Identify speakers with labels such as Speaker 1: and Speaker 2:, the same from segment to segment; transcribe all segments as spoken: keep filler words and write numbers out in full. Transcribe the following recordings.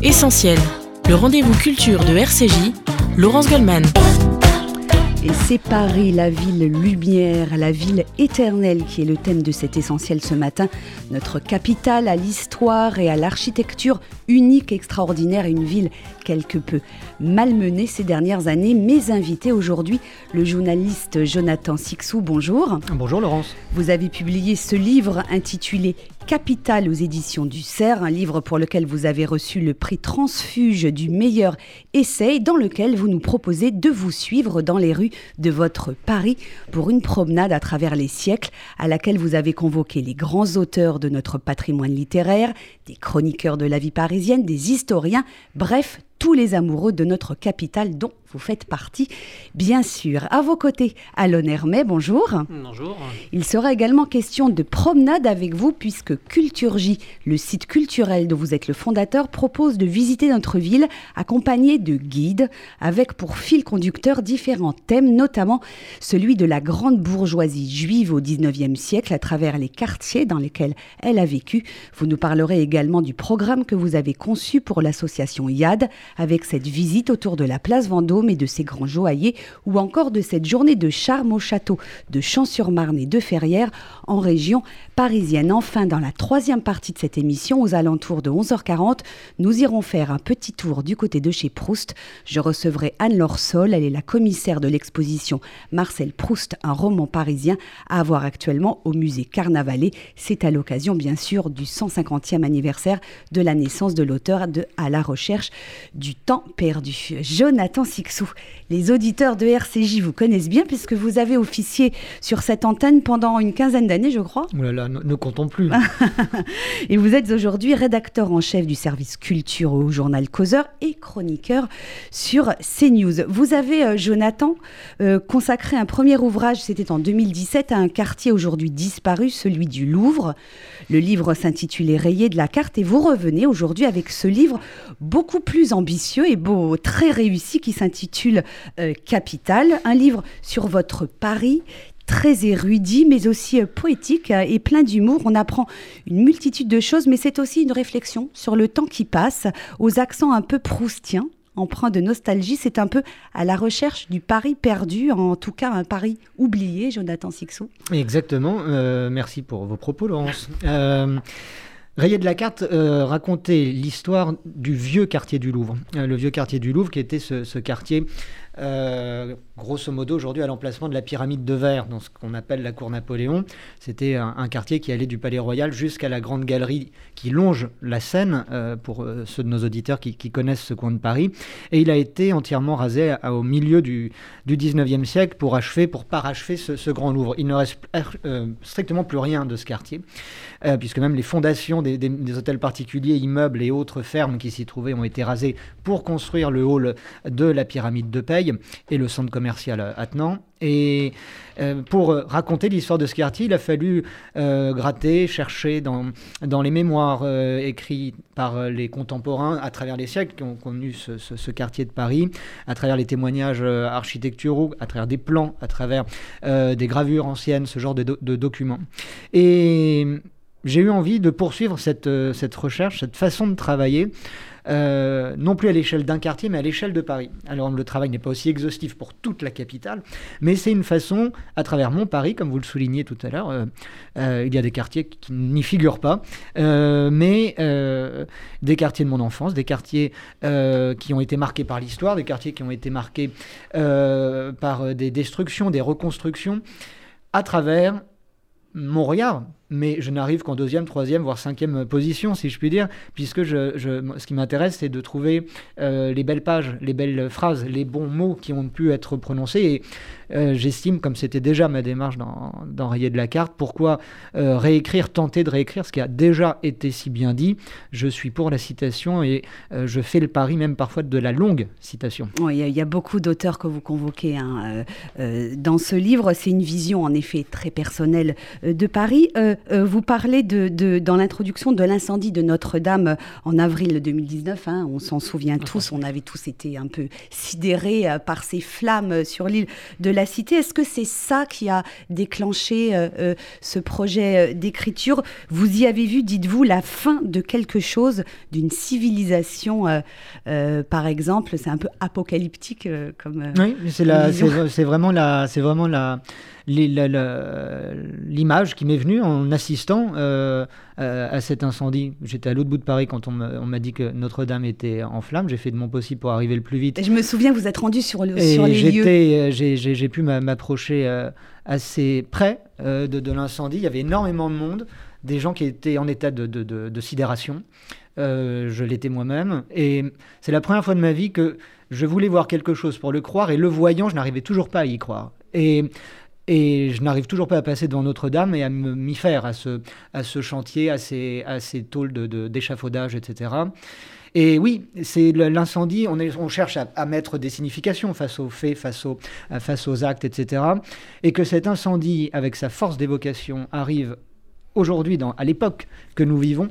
Speaker 1: Essentiel, le rendez-vous culture de R C J, Laurence Goldman.
Speaker 2: Et c'est Paris, la ville lumière, la ville éternelle qui est le thème de cet Essentiel ce matin. Notre capitale à l'histoire et à l'architecture unique, extraordinaire, et une ville quelque peu malmenée ces dernières années. Mes invités aujourd'hui, le journaliste Jonathan Sicsou, bonjour.
Speaker 3: Bonjour Laurence.
Speaker 2: Vous avez publié ce livre intitulé Capitale aux éditions du Cerf, un livre pour lequel vous avez reçu le prix Transfuge du meilleur essai, dans lequel vous nous proposez de vous suivre dans les rues de votre Paris pour une promenade à travers les siècles, à laquelle vous avez convoqué les grands auteurs de notre patrimoine littéraire, des chroniqueurs de la vie parisienne, des historiens, bref, tous les amoureux de notre capitale dont vous faites partie, bien sûr. À vos côtés, Alon Hermet, bonjour.
Speaker 3: Bonjour.
Speaker 2: Il sera également question de promenade avec vous puisque Culturgy, le site culturel dont vous êtes le fondateur, propose de visiter notre ville accompagné de guides avec pour fil conducteur différents thèmes, notamment celui de la grande bourgeoisie juive au dix-neuvième siècle à travers les quartiers dans lesquels elle a vécu. Vous nous parlerez également du programme que vous avez conçu pour l'association Yad, avec cette visite autour de la place Vendôme et de ses grands joailliers, ou encore de cette journée de charme au château de Champs-sur-Marne et de Ferrières en région parisienne. Enfin, dans la troisième partie de cette émission, aux alentours de onze heures quarante, nous irons faire un petit tour du côté de chez Proust. Je recevrai Anne-Laure Sol, elle est la commissaire de l'exposition Marcel Proust, un roman parisien à voir actuellement au musée Carnavalet. C'est à l'occasion, bien sûr, du cent cinquantième anniversaire de la naissance de l'auteur de À la recherche du temps perdu. Jonathan Sicsou, les auditeurs de R C J vous connaissent bien puisque vous avez officié sur cette antenne pendant une quinzaine d'années, je crois.
Speaker 3: Ouh là là, ne, ne comptons plus.
Speaker 2: Et vous êtes aujourd'hui rédacteur en chef du service culture au journal Causeur et chroniqueur sur CNews. Vous avez, euh, Jonathan, euh, consacré un premier ouvrage, c'était en deux mille dix-sept, à un quartier aujourd'hui disparu, celui du Louvre. Le livre s'intitulait Rayé de la carte et vous revenez aujourd'hui avec ce livre beaucoup plus ambitieux et beau, très réussi, qui s'intitule euh, Capitale, un livre sur votre Paris, très érudit, mais aussi euh, poétique euh, et plein d'humour. On apprend une multitude de choses, mais c'est aussi une réflexion sur le temps qui passe, aux accents un peu proustiens, empreint de nostalgie. C'est un peu à la recherche du Paris perdu, en tout cas un Paris oublié, Jonathan Sicsou.
Speaker 3: Exactement, euh, merci pour vos propos Laurence. Euh, Rayé de la carte euh, racontait l'histoire du vieux quartier du Louvre. Euh, le vieux quartier du Louvre qui était ce, ce quartier, euh, grosso modo aujourd'hui à l'emplacement de la pyramide de verre, dans ce qu'on appelle la cour Napoléon. C'était un, un quartier qui allait du Palais Royal jusqu'à la grande galerie qui longe la Seine, euh, pour euh, ceux de nos auditeurs qui, qui connaissent ce coin de Paris. Et il a été entièrement rasé à, à, au milieu du, du dix-neuvième siècle pour achever, pour parachever ce, ce grand Louvre. Il ne reste euh, strictement plus rien de ce quartier, euh, puisque même les fondations des, des, des hôtels particuliers, immeubles et autres fermes qui s'y trouvaient ont été rasées pour construire le hall de la pyramide de Paye et le centre commercial attenant. Et euh, pour raconter l'histoire de ce quartier, il a fallu euh, gratter, chercher dans, dans les mémoires euh, écrits par les contemporains à travers les siècles qui ont connu ce, ce, ce quartier de Paris, à travers les témoignages euh, architecturaux, à travers des plans, à travers euh, des gravures anciennes, ce genre de, do- de documents. Et j'ai eu envie de poursuivre cette, cette recherche, cette façon de travailler, Euh, non plus à l'échelle d'un quartier, mais à l'échelle de Paris. Alors le travail n'est pas aussi exhaustif pour toute la capitale, mais c'est une façon, à travers mon Paris, comme vous le soulignez tout à l'heure, euh, euh, il y a des quartiers qui n'y figurent pas, euh, mais euh, des quartiers de mon enfance, des quartiers euh, qui ont été marqués par l'histoire, des quartiers qui ont été marqués euh, par des destructions, des reconstructions, à travers mon regard. Mais je n'arrive qu'en deuxième, troisième, voire cinquième position, si je puis dire, puisque je, je, ce qui m'intéresse, c'est de trouver euh, les belles pages, les belles phrases, les bons mots qui ont pu être prononcés. Et euh, j'estime, comme c'était déjà ma démarche dans, dans Rayé de la carte, pourquoi euh, réécrire, tenter de réécrire ce qui a déjà été si bien dit. Je suis pour la citation et euh, je fais le pari même parfois de la longue citation.
Speaker 2: Oui, il y, y a beaucoup d'auteurs que vous convoquez hein, euh, euh, dans ce livre. C'est une vision en effet très personnelle euh, de Paris. Euh, euh, vous parlez de, de, dans l'introduction de l'incendie de Notre-Dame en avril deux mille dix-neuf. Hein, on s'en souvient tous, on avait tous été un peu sidérés euh, par ces flammes sur l'île de la Cité. Est-ce que c'est ça qui a déclenché euh, euh, ce projet d'écriture? Vous y avez vu, dites-vous, la fin de quelque chose, d'une civilisation, euh, euh, par exemple. C'est un peu apocalyptique euh, comme. Euh,
Speaker 3: oui, c'est, la, c'est, c'est vraiment la, c'est vraiment la. L'image qui m'est venue en assistant euh, à cet incendie. J'étais à l'autre bout de Paris quand on m'a, on m'a dit que Notre-Dame était en flammes. J'ai fait de mon possible pour arriver le plus vite.
Speaker 2: Et je me souviens, vous êtes rendu sur, le,
Speaker 3: et
Speaker 2: sur les
Speaker 3: j'étais,
Speaker 2: lieux.
Speaker 3: J'ai, j'ai, j'ai pu m'approcher euh, assez près euh, de, de l'incendie. Il y avait énormément de monde, des gens qui étaient en état de, de, de, de sidération. Euh, je l'étais moi-même. Et c'est la première fois de ma vie que je voulais voir quelque chose pour le croire. Et le voyant, je n'arrivais toujours pas à y croire. Et... Et je n'arrive toujours pas à passer devant Notre-Dame et à m'y faire, à ce, à ce chantier, à ces, à ces tôles de, de, d'échafaudage, et cetera. Et oui, c'est l'incendie, on, est, on cherche à, à mettre des significations face aux faits, face aux, face aux actes, et cetera. Et que cet incendie, avec sa force d'évocation, arrive aujourd'hui, dans, à l'époque que nous vivons.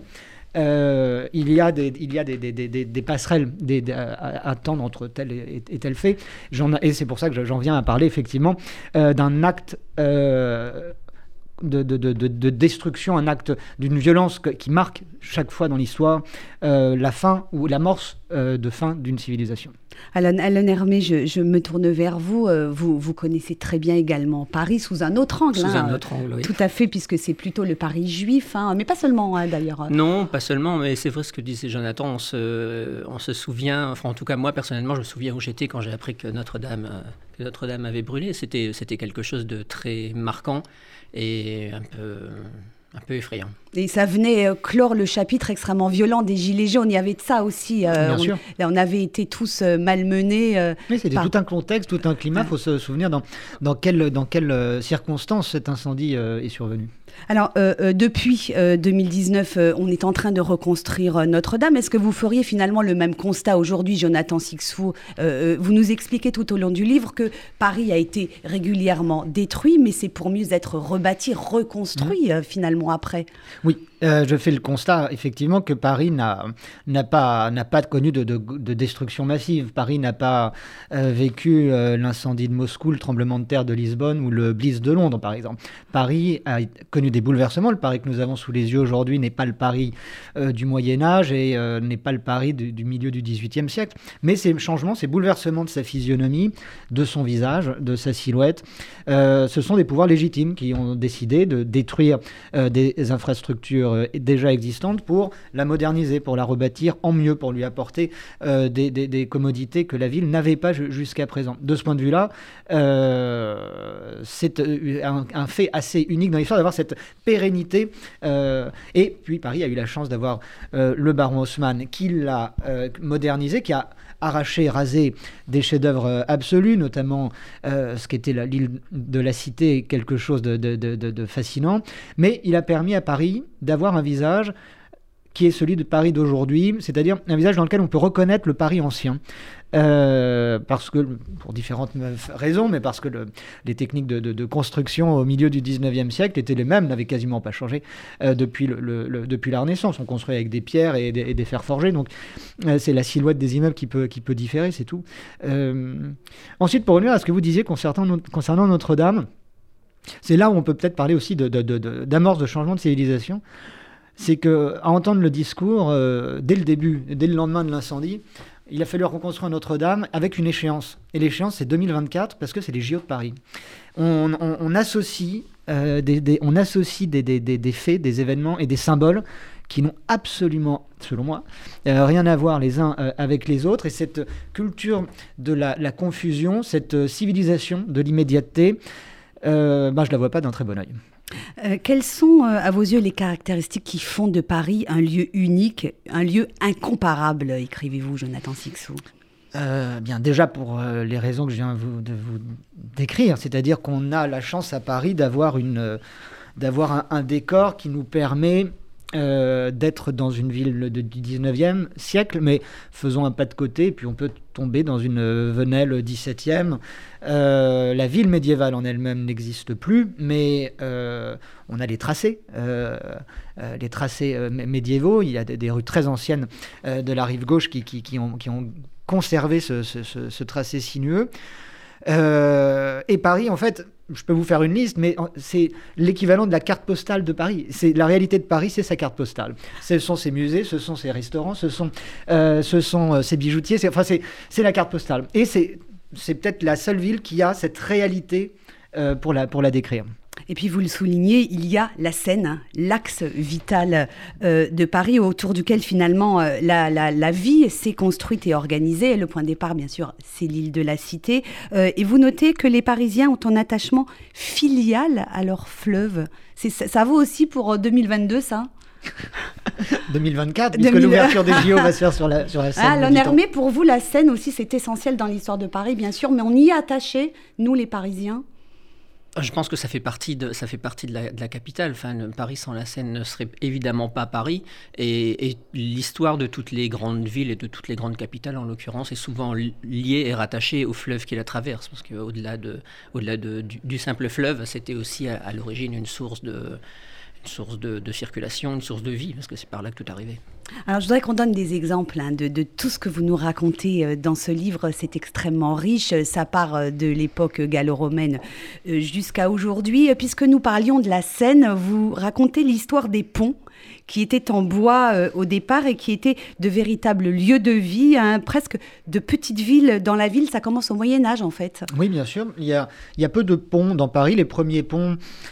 Speaker 3: Euh, il y a des, il y a des, des, des, des passerelles des, des, à, à attendre entre tel et, et tel fait. J'en, et c'est pour ça que j'en viens à parler effectivement euh, d'un acte euh, de, de, de, de destruction, un acte d'une violence que, qui marque chaque fois dans l'histoire euh, la fin ou l'amorce euh, de fin d'une civilisation.
Speaker 2: Alain, Alain Hermé, je, je me tourne vers vous. Euh, vous. Vous connaissez très bien également Paris sous un autre angle.
Speaker 4: Sous
Speaker 2: hein,
Speaker 4: un autre angle, oui.
Speaker 2: Tout à fait, puisque c'est plutôt le Paris juif, hein, mais pas seulement hein, d'ailleurs.
Speaker 4: Non, pas seulement, mais c'est vrai ce que disait Jonathan. On se, on se souvient, enfin en tout cas moi personnellement, je me souviens où j'étais quand j'ai appris que Notre-Dame, que Notre-Dame avait brûlé. C'était, c'était quelque chose de très marquant et un peu... un peu effrayant.
Speaker 2: Et ça venait euh, clore le chapitre extrêmement violent des Gilets jaunes. Il y avait de ça aussi. Euh,
Speaker 3: Bien
Speaker 2: on,
Speaker 3: sûr.
Speaker 2: On avait été tous euh, malmenés. Euh,
Speaker 3: Mais c'était par... tout un contexte, tout un climat. Il faut se souvenir dans, dans quelles dans quelle, euh, circonstances cet incendie euh, est survenu.
Speaker 2: Alors, euh, euh, depuis euh, deux mille dix-neuf, euh, on est en train de reconstruire euh, Notre-Dame. Est-ce que vous feriez finalement le même constat aujourd'hui, Jonathan Sixou? euh, Vous nous expliquez tout au long du livre que Paris a été régulièrement détruit, mais c'est pour mieux être rebâti, reconstruit mmh. euh, finalement après.
Speaker 3: Oui. Euh, je fais le constat, effectivement, que Paris n'a, n'a, pas, n'a pas connu de, de, de destruction massive. Paris n'a pas euh, vécu euh, l'incendie de Moscou, le tremblement de terre de Lisbonne ou le blitz de Londres, par exemple. Paris a connu des bouleversements. Le Paris que nous avons sous les yeux aujourd'hui n'est pas le Paris euh, du Moyen-Âge et euh, n'est pas le Paris du, du milieu du dix-huitième siècle. Mais ces changements, ces bouleversements de sa physionomie, de son visage, de sa silhouette, euh, ce sont des pouvoirs légitimes qui ont décidé de détruire euh, des infrastructures déjà existante pour la moderniser, pour la rebâtir en mieux, pour lui apporter euh, des, des, des commodités que la ville n'avait pas ju- jusqu'à présent. De ce point de vue-là, euh, c'est un, un fait assez unique dans l'histoire d'avoir cette pérennité. Euh, et puis Paris a eu la chance d'avoir euh, le baron Haussmann qui l'a euh, modernisé, qui a arraché, rasé des chefs-d'œuvre absolus, notamment euh, ce qu'était la, l'île de la Cité, quelque chose de, de, de, de fascinant. Mais il a permis à Paris d'avoir un visage qui est celui de Paris d'aujourd'hui, c'est-à-dire un visage dans lequel on peut reconnaître le Paris ancien. Euh, parce que, pour différentes raisons, mais parce que le, les techniques de, de, de construction au milieu du dix-neuvième siècle étaient les mêmes, n'avaient quasiment pas changé euh, depuis, le, le, le, depuis la Renaissance. On construit avec des pierres et des, et des fers forgés, donc euh, c'est la silhouette des immeubles qui peut, qui peut différer, c'est tout. Euh, ensuite, pour revenir à ce que vous disiez concernant, concernant Notre-Dame, c'est là où on peut peut-être parler aussi de, de, de, de, d'amorce de changement de civilisation. C'est qu'à entendre le discours, euh, dès le début, dès le lendemain de l'incendie, il a fallu reconstruire Notre-Dame avec une échéance. Et l'échéance, c'est deux mille vingt-quatre, parce que c'est les J O de Paris. On, on, on associe, euh, des, des, on associe des, des, des, des faits, des événements et des symboles qui n'ont absolument, selon moi, euh, rien à voir les uns euh, avec les autres. Et cette culture de la, la confusion, cette euh, civilisation de l'immédiateté, euh, ben, je ne la vois pas d'un très bon œil.
Speaker 2: Euh, quelles sont, euh, à vos yeux, les caractéristiques qui font de Paris un lieu unique, un lieu incomparable, écrivez-vous, Jonathan Sixou?
Speaker 3: Euh, bien, déjà pour euh, les raisons que je viens vous, de vous décrire, c'est-à-dire qu'on a la chance à Paris d'avoir, une, euh, d'avoir un, un décor qui nous permet euh, d'être dans une ville du dix-neuvième siècle, mais faisons un pas de côté, puis on peut tomber dans une Venelle dix-septième. Euh, la ville médiévale en elle-même n'existe plus, mais euh, on a les tracés, euh, euh, les tracés euh, médiévaux. Il y a des, des rues très anciennes euh, de la rive gauche qui, qui, qui, ont, qui ont conservé ce, ce, ce, ce tracé sinueux. Euh, et Paris, en fait, je peux vous faire une liste, mais c'est l'équivalent de la carte postale de Paris. C'est, la réalité de Paris, c'est sa carte postale. Ce sont ses musées, ce sont ses restaurants, ce sont, euh, ce sont euh, ses bijoutiers. C'est, enfin, c'est, c'est la carte postale. Et c'est, c'est peut-être la seule ville qui a cette réalité euh, pour, la, pour la décrire.
Speaker 2: Et puis vous le soulignez, il y a la Seine, hein, l'axe vital euh, de Paris autour duquel finalement euh, la, la, la vie s'est construite et organisée. Le point de départ, bien sûr, c'est l'île de la Cité. Euh, et vous notez que les Parisiens ont un attachement filial à leur fleuve. C'est, ça, ça vaut aussi pour deux mille vingt-deux, ça ?
Speaker 3: deux mille vingt-quatre, puisque deux mille l'ouverture des J O va se faire sur la, sur la Seine.
Speaker 2: Ah, Laune-Hermé, pour vous, la Seine aussi, c'est essentiel dans l'histoire de Paris, bien sûr, mais on y est attaché, nous les Parisiens.
Speaker 4: Je pense que ça fait partie de, ça fait partie de, la, de la capitale. Enfin, le, Paris sans la Seine ne serait évidemment pas Paris. Et, et l'histoire de toutes les grandes villes et de toutes les grandes capitales, en l'occurrence, est souvent liée et rattachée au fleuve qui la traverse. Parce qu'au-delà de, au-delà de, du, du simple fleuve, c'était aussi à, à l'origine une source de... une source de, de circulation, une source de vie, parce que c'est par là que tout arrivait.
Speaker 2: Alors, je voudrais qu'on donne des exemples hein, de, de tout ce que vous nous racontez dans ce livre. C'est extrêmement riche. Ça part de l'époque gallo-romaine jusqu'à aujourd'hui. Puisque nous parlions de la Seine, vous racontez l'histoire des ponts qui étaient en bois euh, au départ et qui étaient de véritables lieux de vie, hein, presque de petites villes dans la ville. Ça commence au Moyen-Âge, en fait.
Speaker 3: Oui, bien sûr. Il y a, il y a peu de ponts dans Paris. Les premiers ponts...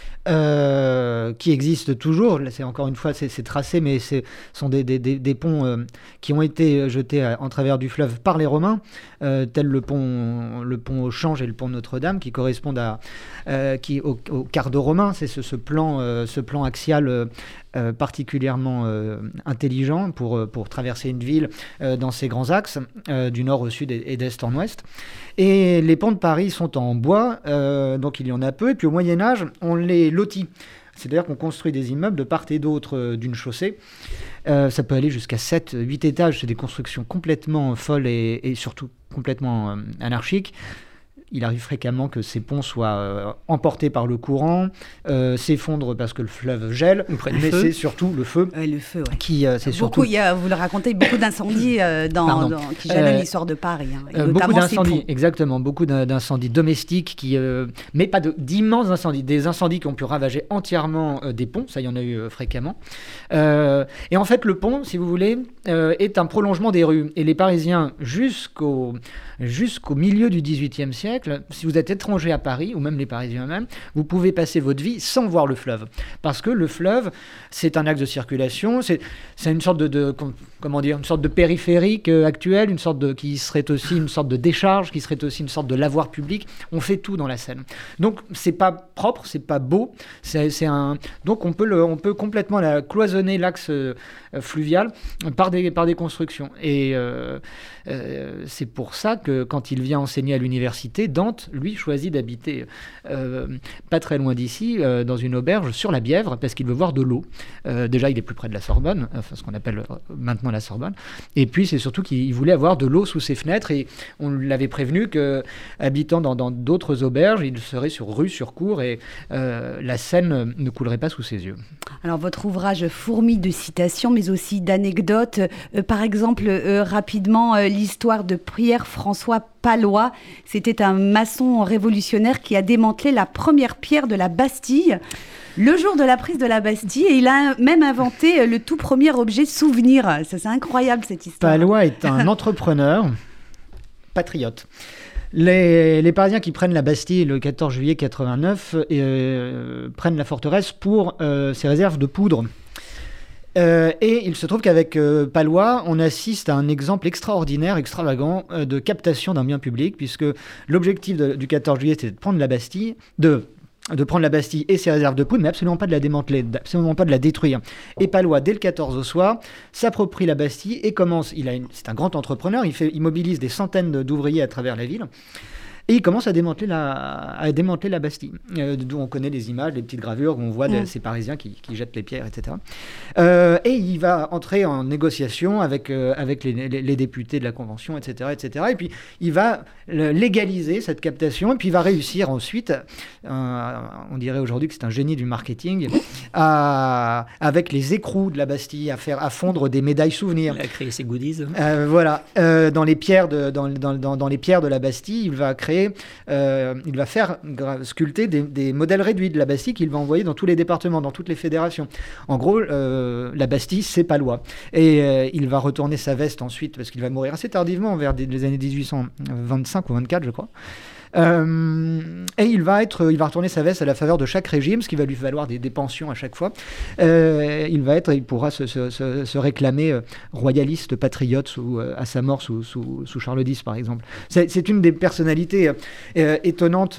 Speaker 3: Euh, qui existent toujours, là c'est encore une fois c'est, c'est tracé, mais ce sont des, des, des, des ponts euh, qui ont été jetés à, en travers du fleuve par les Romains, euh, tels le pont, le pont au Change et le pont Notre-Dame, qui correspondent à, euh, qui, au, au cardo romain. C'est ce, ce, plan, euh, ce plan axial euh, euh, particulièrement euh, intelligent pour, pour traverser une ville euh, dans ses grands axes, euh, du nord au sud et, et d'est en ouest. Et les ponts de Paris sont en bois, euh, donc il y en a peu. Et puis au Moyen-Âge, on les lotit. C'est-à-dire qu'on construit des immeubles de part et d'autre euh, d'une chaussée. Euh, ça peut aller jusqu'à sept, huit étages. C'est des constructions complètement folles et, et surtout complètement euh, anarchiques. Il arrive fréquemment que ces ponts soient euh, emportés par le courant, euh, s'effondrent parce que le fleuve gèle, mais c'est surtout le feu.
Speaker 2: Ouais, le feu, ouais.
Speaker 3: Qui, euh, c'est
Speaker 2: beaucoup,
Speaker 3: surtout...
Speaker 2: il y a, vous le racontez, beaucoup d'incendies euh, dans, dans, qui jalonnent euh, l'histoire de Paris. Hein,
Speaker 3: euh, beaucoup d'incendies, exactement, beaucoup d'incendies domestiques, qui, euh, mais pas de, d'immenses incendies, des incendies qui ont pu ravager entièrement euh, des ponts, ça il y en a eu euh, fréquemment. Euh, et en fait, le pont, si vous voulez, euh, est un prolongement des rues. Et les Parisiens, jusqu'au, jusqu'au milieu du dix-huitième siècle, si vous êtes étranger à Paris, ou même les Parisiens eux-mêmes, vous pouvez passer votre vie sans voir le fleuve. Parce que le fleuve, c'est un axe de circulation, c'est, c'est une sorte de, de, comment dire, une sorte de périphérique euh, actuel, une sorte de, qui serait aussi une sorte de décharge, qui serait aussi une sorte de lavoir public. On fait tout dans la Seine. Donc, c'est pas propre, c'est pas beau. C'est, c'est un... Donc, on peut, le, on peut complètement la, cloisonner l'axe euh, fluvial par des, par des constructions. Et euh, euh, c'est pour ça que quand il vient enseigner à l'université, Dante, lui, choisit d'habiter euh, pas très loin d'ici, euh, dans une auberge sur la Bièvre, parce qu'il veut voir de l'eau. Euh, déjà, il est plus près de la Sorbonne, enfin, ce qu'on appelle maintenant la Sorbonne. Et puis, c'est surtout qu'il voulait avoir de l'eau sous ses fenêtres, et on l'avait prévenu qu'habitant dans, dans d'autres auberges, il serait sur rue, sur cour, et euh, la Seine ne coulerait pas sous ses yeux.
Speaker 2: Alors, votre ouvrage fourmille de citations, mais aussi d'anecdotes. Euh, par exemple, euh, rapidement, euh, l'histoire de Pierre-François Palois. C'était un maçon révolutionnaire qui a démantelé la première pierre de la Bastille le jour de la prise de la Bastille, et il a même inventé le tout premier objet souvenir. Ça, c'est incroyable, cette histoire.
Speaker 3: Palois est un entrepreneur patriote. Les, les Parisiens qui prennent la Bastille le quatorze juillet quatre-vingt-neuf euh, prennent la forteresse pour euh, ses réserves de poudre. Euh, et il se trouve qu'avec euh, Palois, on assiste à un exemple extraordinaire, extravagant euh, de captation d'un bien public, puisque l'objectif de, du quatorze juillet, c'était de prendre la Bastille, de, de prendre la Bastille et ses réserves de poudre, mais absolument pas de la démanteler, absolument pas de la détruire. Et Palois, dès le quatorze au soir, s'approprie la Bastille et commence. Il a une, c'est un grand entrepreneur, il, fait, il mobilise des centaines d'ouvriers à travers la ville. et il commence à démanteler la, à démanteler la Bastille, euh, d'où on connaît les images, les petites gravures où on voit mmh. de, ces Parisiens qui, qui jettent les pierres, et cetera. Euh, et il va entrer en négociation avec, euh, avec les, les, les députés de la Convention, et cetera, et cetera. Et puis il va légaliser cette captation, et puis il va réussir ensuite, euh, on dirait aujourd'hui que c'est un génie du marketing, à, avec les écrous de la Bastille, à, faire, à fondre des médailles souvenirs.
Speaker 4: Il a créé ses goodies.
Speaker 3: Euh, voilà, euh, dans, les pierres de, dans, dans, dans, dans les pierres de la Bastille, il va créer, euh, il va faire sculpter des, des modèles réduits de la Bastille qu'il va envoyer dans tous les départements, dans toutes les fédérations. En gros, euh, la Bastille, c'est Palois. Et euh, il va retourner sa veste ensuite, parce qu'il va mourir assez tardivement, vers des, les années dix-huit cent vingt-cinq ou vingt-quatre, je crois. Euh, et il va, être, il va retourner sa veste à la faveur de chaque régime, ce qui va lui valoir des, des pensions à chaque fois. Euh, il, va être, il pourra se, se, se, se réclamer euh, royaliste, patriote sous, euh, à sa mort sous, sous, sous Charles X, par exemple. C'est, c'est une des personnalités euh, étonnantes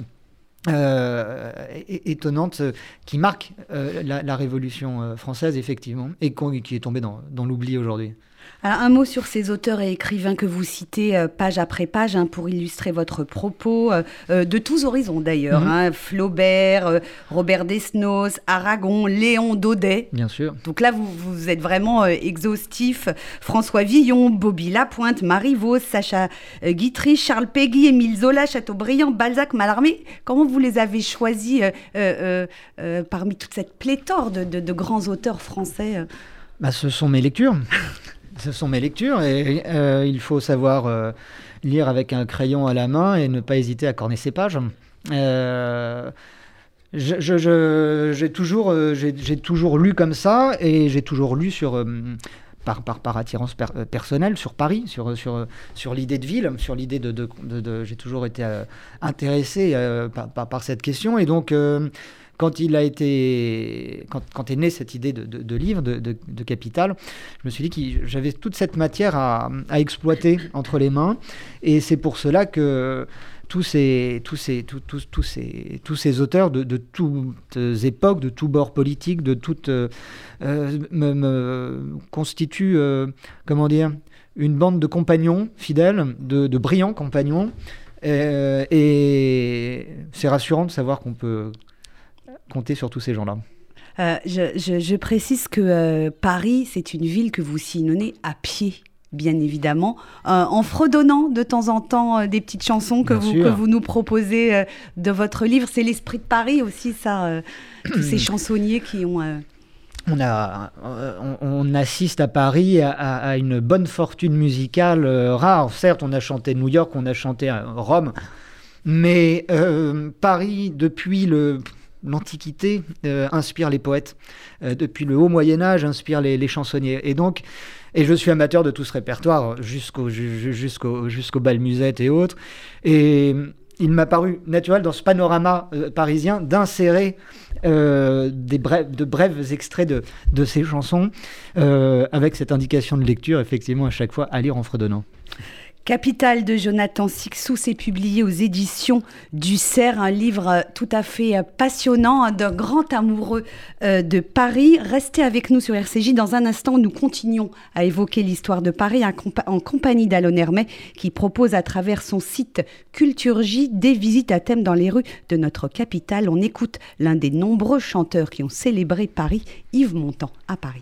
Speaker 3: Euh, étonnante euh, qui marque euh, la, la Révolution euh, française, effectivement, et qui est tombée dans, dans l'oubli aujourd'hui.
Speaker 2: Alors, un mot sur ces auteurs et écrivains que vous citez euh, page après page hein, pour illustrer votre propos, euh, euh, de tous horizons d'ailleurs. Mm-hmm. Hein, Flaubert, euh, Robert Desnos, Aragon, Léon Daudet.
Speaker 3: Bien sûr.
Speaker 2: Donc là, vous, vous êtes vraiment euh, exhaustif. François Villon, Bobby Lapointe, Marivaux, Sacha euh, Guitry, Charles Péguy, Émile Zola, Chateaubriand, Balzac, Mallarmé. Comment vous les avez choisis euh, euh, euh, parmi toute cette pléthore de, de, de grands auteurs français euh
Speaker 3: bah, ce sont mes lectures. Ce sont mes lectures et euh, il faut savoir euh, lire avec un crayon à la main et ne pas hésiter à corner ses pages. Euh, je, je, je, j'ai, toujours, euh, j'ai, j'ai toujours lu comme ça et j'ai toujours lu sur, euh, par, par, par attirance per, euh, personnelle sur Paris, sur, sur, sur l'idée de ville, sur l'idée de... de, de, de j'ai toujours été euh, intéressé euh, par, par, par cette question et donc... Euh, Quand il a été, quand, quand est née cette idée de, de, de livre, de, de, de Capital, je me suis dit que j'avais toute cette matière à, à exploiter entre les mains, et c'est pour cela que tous ces, tous ces, tous, tous, tous ces, tous ces auteurs de, de toutes époques, de tous bords politiques, de toutes, euh, me, me constituent, euh, comment dire, une bande de compagnons fidèles, de, de brillants compagnons, euh, et c'est rassurant de savoir qu'on peut compter sur tous ces gens-là.
Speaker 2: Euh, je, je, je précise que euh, Paris, c'est une ville que vous sillonnez à pied, bien évidemment, euh, en fredonnant de temps en temps euh, des petites chansons que vous, que vous nous proposez euh, de votre livre. C'est l'esprit de Paris aussi, ça, euh, tous ces chansonniers qui ont... Euh...
Speaker 3: On, a, on, on assiste à Paris à, à une bonne fortune musicale euh, rare. Certes, on a chanté New York, on a chanté à Rome, mais euh, Paris, depuis le... l'Antiquité euh, inspire les poètes, euh, depuis le haut Moyen-Âge inspire les, les chansonniers. Et donc, et je suis amateur de tout ce répertoire jusqu'au, jusqu'au, jusqu'au bal musette et autres. Et il m'a paru naturel dans ce panorama euh, parisien d'insérer euh, des brèves, de brèves extraits de, de ces chansons euh, avec cette indication de lecture, effectivement, à chaque fois à lire en fredonnant.
Speaker 2: Capital de Jonathan Sixous est publié aux éditions du Cerf, un livre tout à fait passionnant d'un grand amoureux de Paris. Restez avec nous sur R C J. Dans un instant, nous continuons à évoquer l'histoire de Paris en compagnie d'Alon Hermet qui propose à travers son site Culture J des visites à thème dans les rues de notre capitale. On écoute l'un des nombreux chanteurs qui ont célébré Paris, Yves Montand à Paris.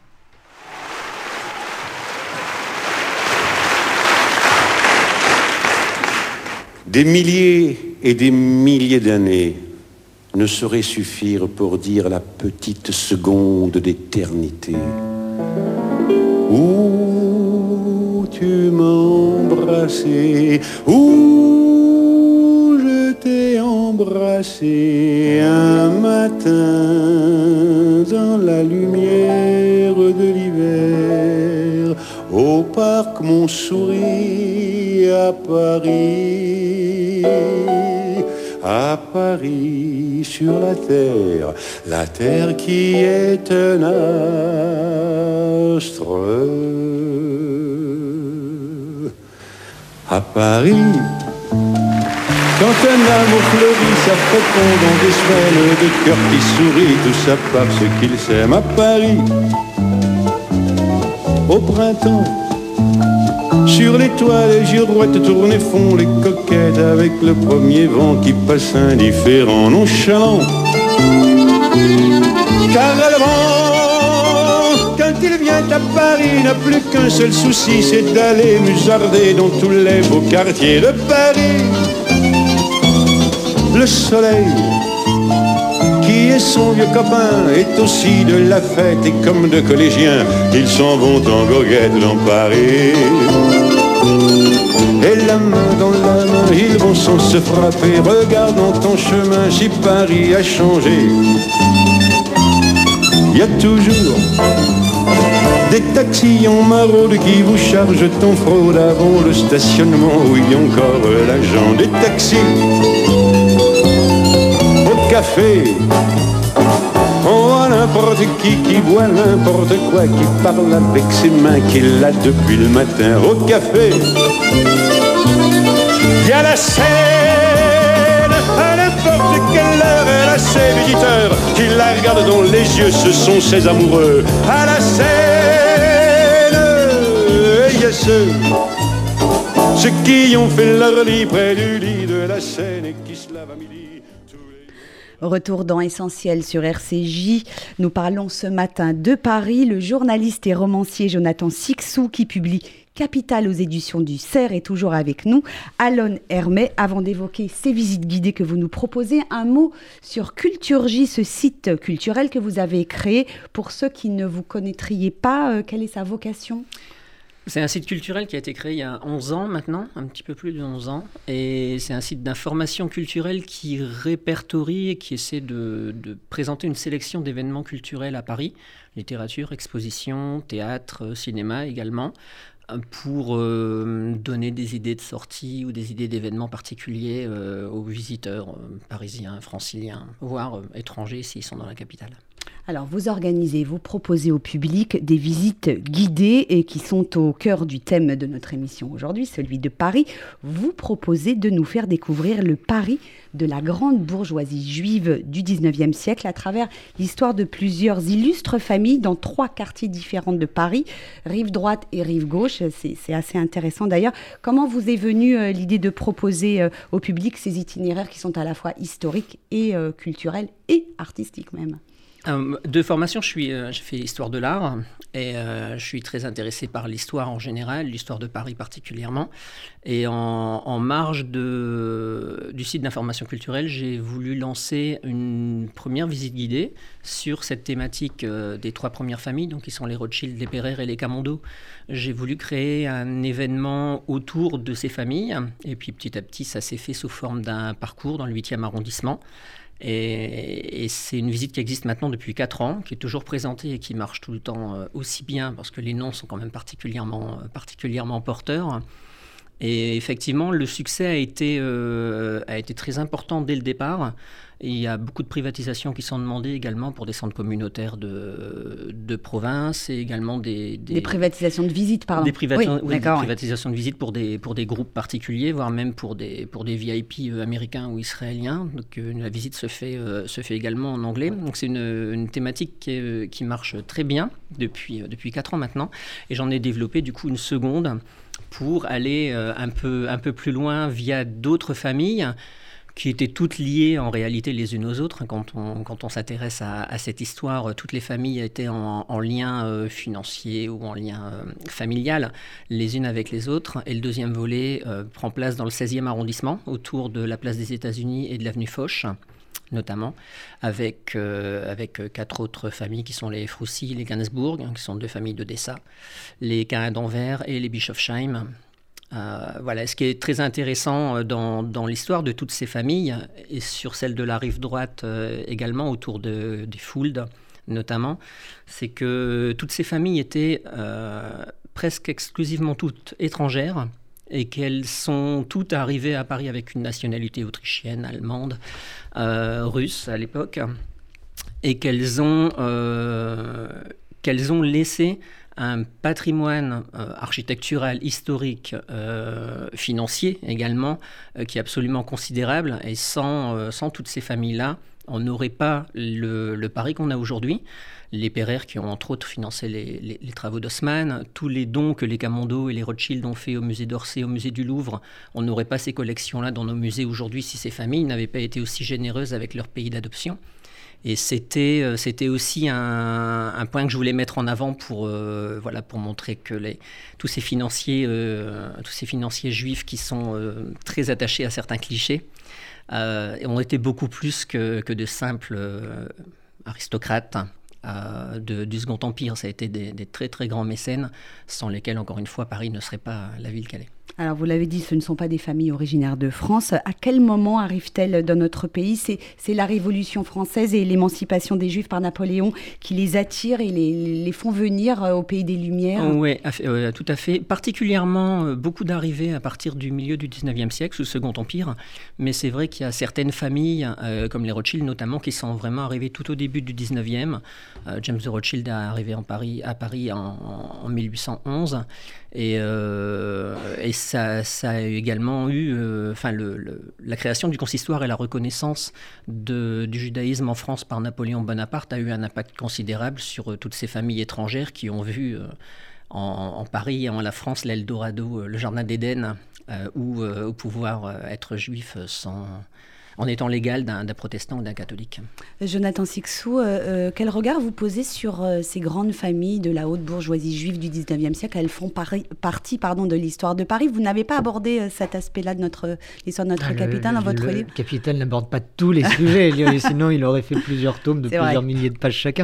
Speaker 5: Des milliers et des milliers d'années ne sauraient suffire pour dire la petite seconde d'éternité où tu m'as embrassé, où je t'ai embrassé un matin dans la lumière de l'hiver au parc Montsouris à Paris, à Paris sur la terre, la terre qui est un astre. À Paris, quand un amour fleurit, ça féconde dans des semaines de cœur qui sourit, tout ça parce qu'ils s'aiment. À Paris, au printemps, Sur les toits, les girouettes tournent et font les coquettes avec le premier vent qui passe indifférent, nonchalant. Car le vent, quand il vient à Paris, n'a plus qu'un seul souci, c'est d'aller musarder dans tous les beaux quartiers de Paris. Le soleil, qui est son vieux copain, est aussi de la fête et comme de collégiens, ils s'en vont en goguette dans Paris. Et la main dans la main, ils vont sans se frapper, regardant ton chemin si Paris a changé. Il y a toujours des taxis en maraude qui vous chargent en fraude avant le stationnement où il y a encore l'agent. Des taxis au café, on voit n'importe qui qui boit n'importe quoi, qui parle avec ses mains, qui l'a depuis le matin. Au café, il y a la scène, à n'importe quelle heure, elle a ses visiteurs qui la regardent dans les yeux, ce sont ses amoureux. À la scène, il y a ceux, ceux qui ont fait leur lit près du lit de la Seine et qui se lavent à midi.
Speaker 2: Retour dans Essentiel sur R C J. Nous parlons ce matin de Paris. Le journaliste et romancier Jonathan Sixou, qui publie Capital aux éditions du Cerf, est toujours avec nous. Alon Hermet, avant d'évoquer ces visites guidées que vous nous proposez, un mot sur Culturgy, ce site culturel que vous avez créé. Pour ceux qui ne vous connaîtriez pas, euh, quelle est sa vocation ?
Speaker 4: C'est un site culturel qui a été créé il y a onze ans maintenant, un petit peu plus de onze ans. Et c'est un site d'information culturelle qui répertorie et qui essaie de, de présenter une sélection d'événements culturels à Paris. Littérature, exposition, théâtre, cinéma également, pour euh, donner des idées de sortie ou des idées d'événements particuliers euh, aux visiteurs euh, parisiens, franciliens, voire euh, étrangers s'ils sont dans la capitale.
Speaker 2: Alors, vous organisez, vous proposez au public des visites guidées et qui sont au cœur du thème de notre émission aujourd'hui, celui de Paris. Vous proposez de nous faire découvrir le Paris de la grande bourgeoisie juive du dix-neuvième siècle à travers l'histoire de plusieurs illustres familles dans trois quartiers différents de Paris, rive droite et rive gauche. C'est, c'est assez intéressant d'ailleurs. Comment vous est venue euh, l'idée de proposer euh, au public ces itinéraires qui sont à la fois historiques et euh, culturels et artistiques même ?
Speaker 4: Euh, de formation, je suis, euh, j'ai fait l'histoire de l'art et euh, je suis très intéressé par l'histoire en général, l'histoire de Paris particulièrement. Et en, en marge de, du site d'information culturelle, j'ai voulu lancer une première visite guidée sur cette thématique euh, des trois premières familles, donc qui sont les Rothschild, les Pereire et les Camondo. J'ai voulu créer un événement autour de ces familles et puis petit à petit, ça s'est fait sous forme d'un parcours dans le huitième arrondissement. Et, et c'est une visite qui existe maintenant depuis quatre ans, qui est toujours présentée et qui marche tout le temps euh, aussi bien, parce que les noms sont quand même particulièrement, euh, particulièrement porteurs. Et effectivement, le succès a été, euh, a été très important dès le départ. Et il y a beaucoup de privatisations qui sont demandées également pour des centres communautaires de, de province et également des... Des,
Speaker 2: des privatisations de visites, pardon.
Speaker 4: Des, privati-
Speaker 2: oui,
Speaker 4: oui, des privatisations de visites pour des, pour des groupes particuliers, voire même pour des, pour des V I P américains ou israéliens. Donc euh, la visite se fait, euh, se fait également en anglais. Donc c'est une, une thématique qui, est, qui marche très bien depuis, depuis quatre ans maintenant. Et j'en ai développé du coup une seconde pour aller euh, un, peu, un peu plus loin via d'autres familles qui étaient toutes liées en réalité les unes aux autres. Quand on, quand on s'intéresse à, à cette histoire, toutes les familles étaient en, en lien euh, financier ou en lien euh, familial les unes avec les autres. Et le deuxième volet euh, prend place dans le seizième arrondissement, autour de la place des États-Unis et de l'avenue Foch, notamment, avec, euh, avec quatre autres familles qui sont les Froussy, les Gainsbourg, hein, qui sont deux familles d'Odessa, les Caïn d'Anvers et les Bischofsheim. Euh, voilà, ce qui est très intéressant dans, dans l'histoire de toutes ces familles, et sur celle de la rive droite euh, également, autour de, des Fould notamment, c'est que toutes ces familles étaient euh, presque exclusivement toutes étrangères, et qu'elles sont toutes arrivées à Paris avec une nationalité autrichienne, allemande, euh, russe à l'époque, et qu'elles ont, euh, qu'elles ont laissé un patrimoine euh, architectural, historique, euh, financier également, euh, qui est absolument considérable. Et sans, euh, sans toutes ces familles-là, on n'aurait pas le, le Paris qu'on a aujourd'hui. Les Pereire qui ont entre autres financé les, les, les travaux d'Haussmann, tous les dons que les Camondo et les Rothschild ont fait au musée d'Orsay, au musée du Louvre, on n'aurait pas ces collections-là dans nos musées aujourd'hui si ces familles n'avaient pas été aussi généreuses avec leur pays d'adoption. Et c'était, c'était aussi un, un point que je voulais mettre en avant pour, euh, voilà, pour montrer que les, tous, ces financiers, euh, tous ces financiers juifs qui sont euh, très attachés à certains clichés euh, ont été beaucoup plus que, que de simples euh, aristocrates euh, de, du Second Empire. Ça a été des, des très très grands mécènes sans lesquels, encore une fois, Paris ne serait pas la ville qu'elle est.
Speaker 2: Alors, vous l'avez dit, ce ne sont pas des familles originaires de France. À quel moment arrivent-elles dans notre pays ? C'est, c'est la Révolution française et l'émancipation des Juifs par Napoléon qui les attirent et les, les font venir au pays des Lumières ?
Speaker 4: Oui, euh, tout à fait. Particulièrement, euh, beaucoup d'arrivées à partir du milieu du dix-neuvième siècle, sous le Second Empire. Mais c'est vrai qu'il y a certaines familles, euh, comme les Rothschild notamment, qui sont vraiment arrivées tout au début du dix-neuvième. Euh, James de Rothschild est arrivé en Paris, à Paris en, en, en mille huit cent onze. Et, euh, et ça, ça a également eu, euh, enfin, le, le, la création du consistoire et la reconnaissance de, du judaïsme en France par Napoléon Bonaparte a eu un impact considérable sur euh, toutes ces familles étrangères qui ont vu euh, en, en Paris et en la France l'Eldorado, euh, le jardin d'Éden, euh, où, euh, où pouvoir euh, être juif sans... en étant l'égal d'un, d'un protestant ou d'un catholique.
Speaker 2: Jonathan Sixou, euh, euh, quel regard vous posez sur euh, ces grandes familles de la haute bourgeoisie juive du dix-neuvième siècle ? Elles font pari, partie pardon, de l'histoire de Paris. Vous n'avez pas abordé euh, cet aspect-là de notre, l'histoire de notre ah, capitale dans votre
Speaker 3: le,
Speaker 2: livre ?
Speaker 3: Le capitaine n'aborde pas tous les sujets, sinon il aurait fait plusieurs tomes de C'est plusieurs vrai. milliers de pages chacun.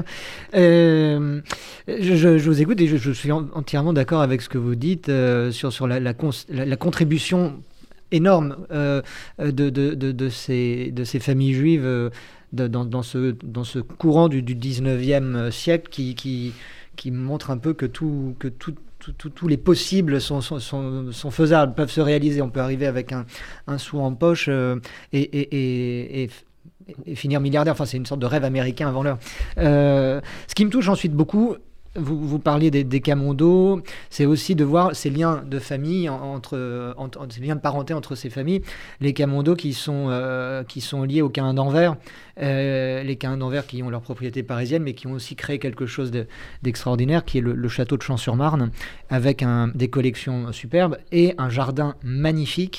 Speaker 3: Euh, je, je, je vous écoute et je, je suis entièrement d'accord avec ce que vous dites euh, sur, sur la, la, cons, la, la contribution énorme euh, de, de, de, de, ces, de ces familles juives euh, de, dans, dans, ce, dans ce courant du, du dix-neuvième siècle qui, qui, qui montre un peu que, tout, que tout, tout, tout, tous les possibles sont, sont, sont, sont faisables, peuvent se réaliser. On peut arriver avec un, un sou en poche euh, et, et, et, et et finir milliardaire. Enfin, c'est une sorte de rêve américain avant l'heure. Euh, ce qui me touche ensuite beaucoup, Vous, vous parliez des, des Camondo, c'est aussi de voir ces liens de famille, entre, entre, ces liens de parenté entre ces familles. Les Camondo qui sont, euh, qui sont liés aux Caïns d'Anvers, euh, les Caïns d'Anvers qui ont leur propriété parisienne, mais qui ont aussi créé quelque chose de, d'extraordinaire, qui est le, le château de Champs-sur-Marne, avec un, des collections superbes et un jardin magnifique.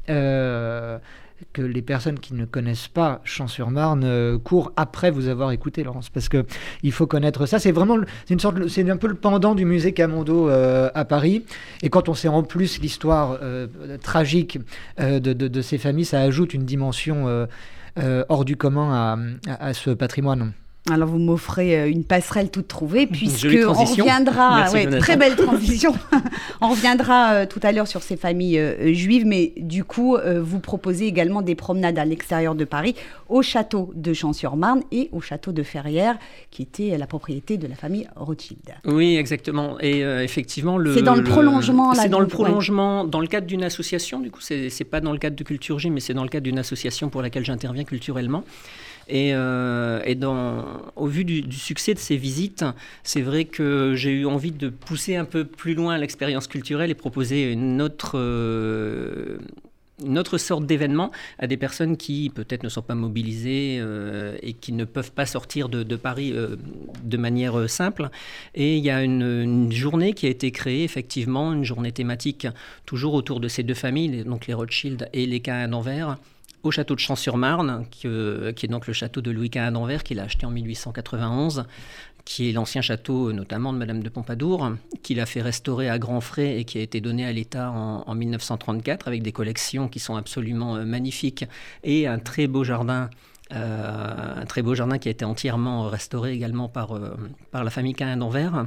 Speaker 3: Euh, que les personnes qui ne connaissent pas Champs-sur-Marne euh, courent après vous avoir écouté, Laurence, parce que il faut connaître ça. C'est vraiment, c'est une sorte, c'est un peu le pendant du musée Camondo euh, à Paris. Et quand on sait en plus l'histoire euh, tragique euh, de, de, de ces familles, ça ajoute une dimension euh, euh, hors du commun à, à, à ce patrimoine.
Speaker 2: Alors vous m'offrez une passerelle toute trouvée puisque on reviendra,
Speaker 4: Merci,
Speaker 2: ouais, très belle transition. On reviendra euh, tout à l'heure sur ces familles euh, juives, mais du coup euh, vous proposez également des promenades à l'extérieur de Paris, au château de Champs-sur-Marne et au château de Ferrières, qui était la propriété de la famille Rothschild.
Speaker 4: Oui, exactement. Et euh, effectivement, le,
Speaker 2: c'est dans le, le prolongement.
Speaker 4: C'est là, dans le prolongement, ouais. Dans le cadre d'une association. Du coup, c'est, c'est pas dans le cadre de Culture J, mais c'est dans le cadre d'une association pour laquelle j'interviens culturellement. Et, euh, et dans, au vu du, du succès de ces visites, c'est vrai que j'ai eu envie de pousser un peu plus loin l'expérience culturelle et proposer une autre, euh, une autre sorte d'événement à des personnes qui peut-être ne sont pas mobilisées euh, et qui ne peuvent pas sortir de, de Paris euh, de manière euh, simple. Et il y a une, une journée qui a été créée, effectivement, une journée thématique toujours autour de ces deux familles, donc les Rothschild et les Caïns d'Anvers, au château de Champs-sur-Marne, qui, euh, qui est donc le château de Louis Caïn d'Anvers, qu'il a acheté en mille huit cent quatre-vingt-onze, qui est l'ancien château notamment de Madame de Pompadour, qu'il a fait restaurer à grands frais et qui a été donné à l'État en, en mille neuf cent trente-quatre, avec des collections qui sont absolument euh, magnifiques, et un très beau jardin, euh, un très beau jardin qui a été entièrement restauré également par, euh, par la famille Caïn d'Anvers.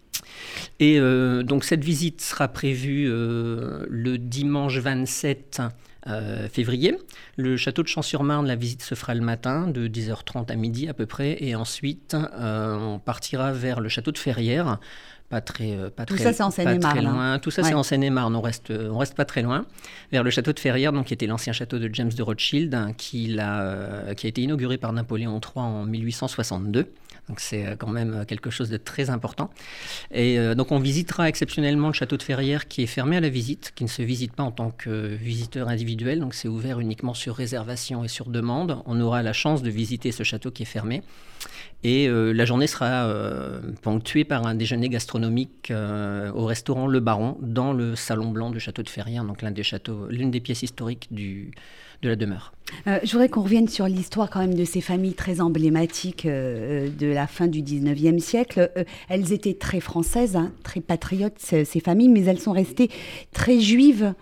Speaker 4: Et euh, donc cette visite sera prévue euh, le dimanche vingt-sept Euh, février. Le château de Champs-sur-Marne, la visite se fera le matin de dix heures trente à midi à peu près, et ensuite euh, on partira vers le château de Ferrières. Pas très, pas
Speaker 2: Tout
Speaker 4: très,
Speaker 2: ça c'est en Seine-et-Marne.
Speaker 4: Hein. Tout ça ouais. c'est en Seine-et-Marne. On reste, on reste pas très loin. Vers le château de Ferrières, donc qui était l'ancien château de James de Rothschild, hein, qui, l'a, euh, qui a été inauguré par Napoléon trois en mille huit cent soixante-deux. Donc c'est quand même quelque chose de très important. Et euh, donc on visitera exceptionnellement le château de Ferrières qui est fermé à la visite, qui ne se visite pas en tant que visiteur individuel, donc c'est ouvert uniquement sur réservation et sur demande. On aura la chance de visiter ce château qui est fermé. Et euh, la journée sera euh, ponctuée par un déjeuner gastronomique euh, au restaurant Le Baron dans le salon blanc du château de Ferrières, donc l'un des châteaux, l'une des pièces historiques du, de la demeure.
Speaker 2: Euh, je voudrais qu'on revienne sur l'histoire quand même de ces familles très emblématiques euh, de la fin du dix-neuvième siècle. Euh, elles étaient très françaises, hein, très patriotes, ces, ces familles, mais elles sont restées très juives,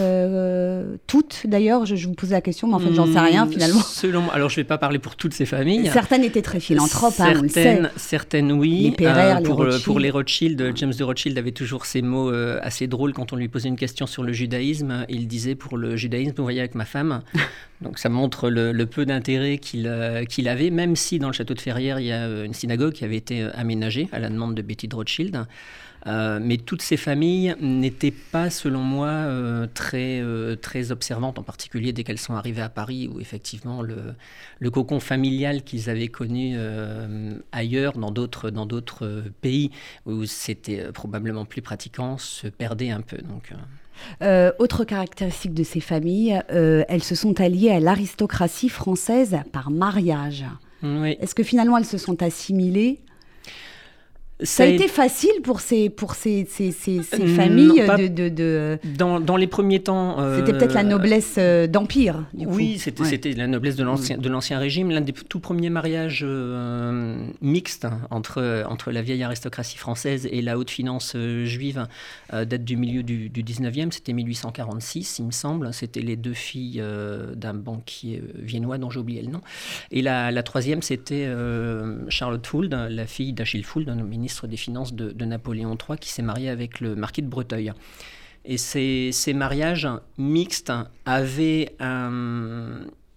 Speaker 2: euh, toutes d'ailleurs. Je, je vous pose la question, mais en fait, j'en sais rien finalement.
Speaker 4: Selon, alors, je ne vais pas parler pour toutes ces familles.
Speaker 2: Certaines étaient très philanthropes,
Speaker 4: certaines,
Speaker 2: hein, on le sait.
Speaker 4: Certaines, oui.
Speaker 2: Les Pereire,
Speaker 4: euh,
Speaker 2: les
Speaker 4: pour,
Speaker 2: Rothschild.
Speaker 4: Pour les Rothschild, James de Rothschild avait toujours ces mots euh, assez drôles quand on lui posait une question sur le judaïsme. Il disait, pour le judaïsme, vous voyez avec ma femme. Donc ça montre le, le peu d'intérêt qu'il, euh, qu'il avait, même si dans le château de Ferrières, il y a une synagogue qui avait été aménagée à la demande de Betty de Rothschild. Euh, mais toutes ces familles n'étaient pas, selon moi, euh, très, euh, très observantes, en particulier dès qu'elles sont arrivées à Paris, où effectivement le, le cocon familial qu'ils avaient connu euh, ailleurs, dans d'autres, dans d'autres pays, où c'était probablement plus pratiquant, se perdait un peu. Donc, euh...
Speaker 2: Euh, autre caractéristique de ces familles, euh, elles se sont alliées à l'aristocratie française par mariage.
Speaker 4: Oui.
Speaker 2: Est-ce que finalement elles se sont assimilées ? Ça a été facile pour ces, pour ces, ces, ces, ces familles
Speaker 4: non,
Speaker 2: de, de, de...
Speaker 4: Dans, dans les premiers temps... Euh...
Speaker 2: C'était peut-être la noblesse euh, d'Empire, du coup.
Speaker 4: Oui, c'était,
Speaker 2: ouais.
Speaker 4: c'était la noblesse de l'ancien, de l'ancien régime. L'un des tout premiers mariages euh, mixtes entre, entre la vieille aristocratie française et la haute finance euh, juive euh, date du milieu du, du dix-neuvième. C'était mille huit cent quarante-six, il me semble. C'était les deux filles euh, d'un banquier viennois dont j'ai oublié le nom. Et la, la troisième, c'était euh, Charlotte Fould, la fille d'Achille Fould, un ministre des Finances de, de Napoléon trois, qui s'est marié avec le marquis de Breteuil. Et ces, ces mariages mixtes avaient un,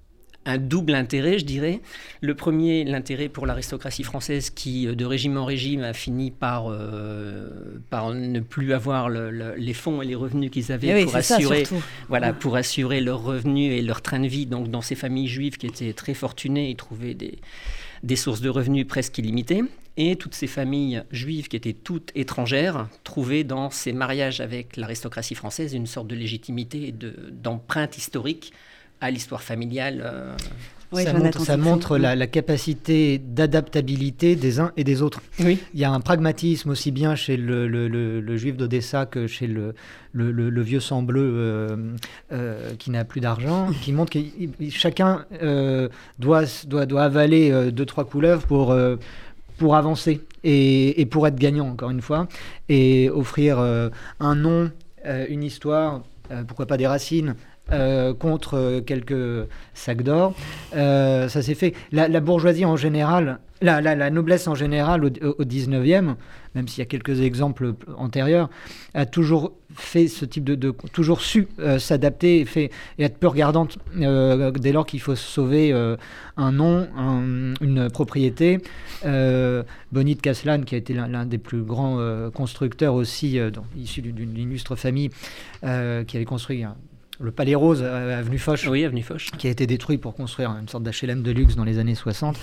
Speaker 4: un double intérêt, je dirais. Le premier, l'intérêt pour l'aristocratie française qui, de régime en régime, a fini par, euh, par ne plus avoir le, le, les fonds et les revenus qu'ils avaient
Speaker 2: oui,
Speaker 4: pour, assurer,
Speaker 2: ça,
Speaker 4: voilà,
Speaker 2: ouais.
Speaker 4: pour assurer leurs revenus et leur train de vie. Donc, dans ces familles juives qui étaient très fortunées, ils trouvaient des, des sources de revenus presque illimitées. Et toutes ces familles juives qui étaient toutes étrangères trouvaient dans ces mariages avec l'aristocratie française une sorte de légitimité et de, d'empreinte historique à l'histoire familiale. Euh...
Speaker 2: Oui,
Speaker 3: ça montre, ça montre la, la capacité d'adaptabilité des uns et des autres.
Speaker 4: Oui.
Speaker 3: Il y a un pragmatisme aussi bien chez le, le, le, le juif d'Odessa que chez le, le, le, le vieux sang bleu euh, euh, qui n'a plus d'argent, qui montre que chacun euh, doit, doit, doit avaler euh, deux, trois couleuvres pour... Euh, pour avancer et, et pour être gagnant, encore une fois, et offrir euh, un nom, euh, une histoire, euh, pourquoi pas des racines, euh, contre quelques sacs d'or. Euh, ça s'est fait. La, la bourgeoisie en général, la, la, la noblesse en général au, au dix-neuvième, même s'il y a quelques exemples antérieurs, a toujours fait ce type de... de toujours su euh, s'adapter et, fait, et être peu regardante euh, dès lors qu'il faut sauver euh, un nom, un, une propriété. Euh, Bonny de Castelane, qui a été l'un, l'un des plus grands euh, constructeurs aussi, euh, donc, issu d'une, d'une illustre famille, euh, qui avait construit... un, le Palais Rose, avenue Foch,
Speaker 4: oui, avenue Foch,
Speaker 3: qui a été détruit pour construire une sorte d'H L M de luxe dans les années soixante.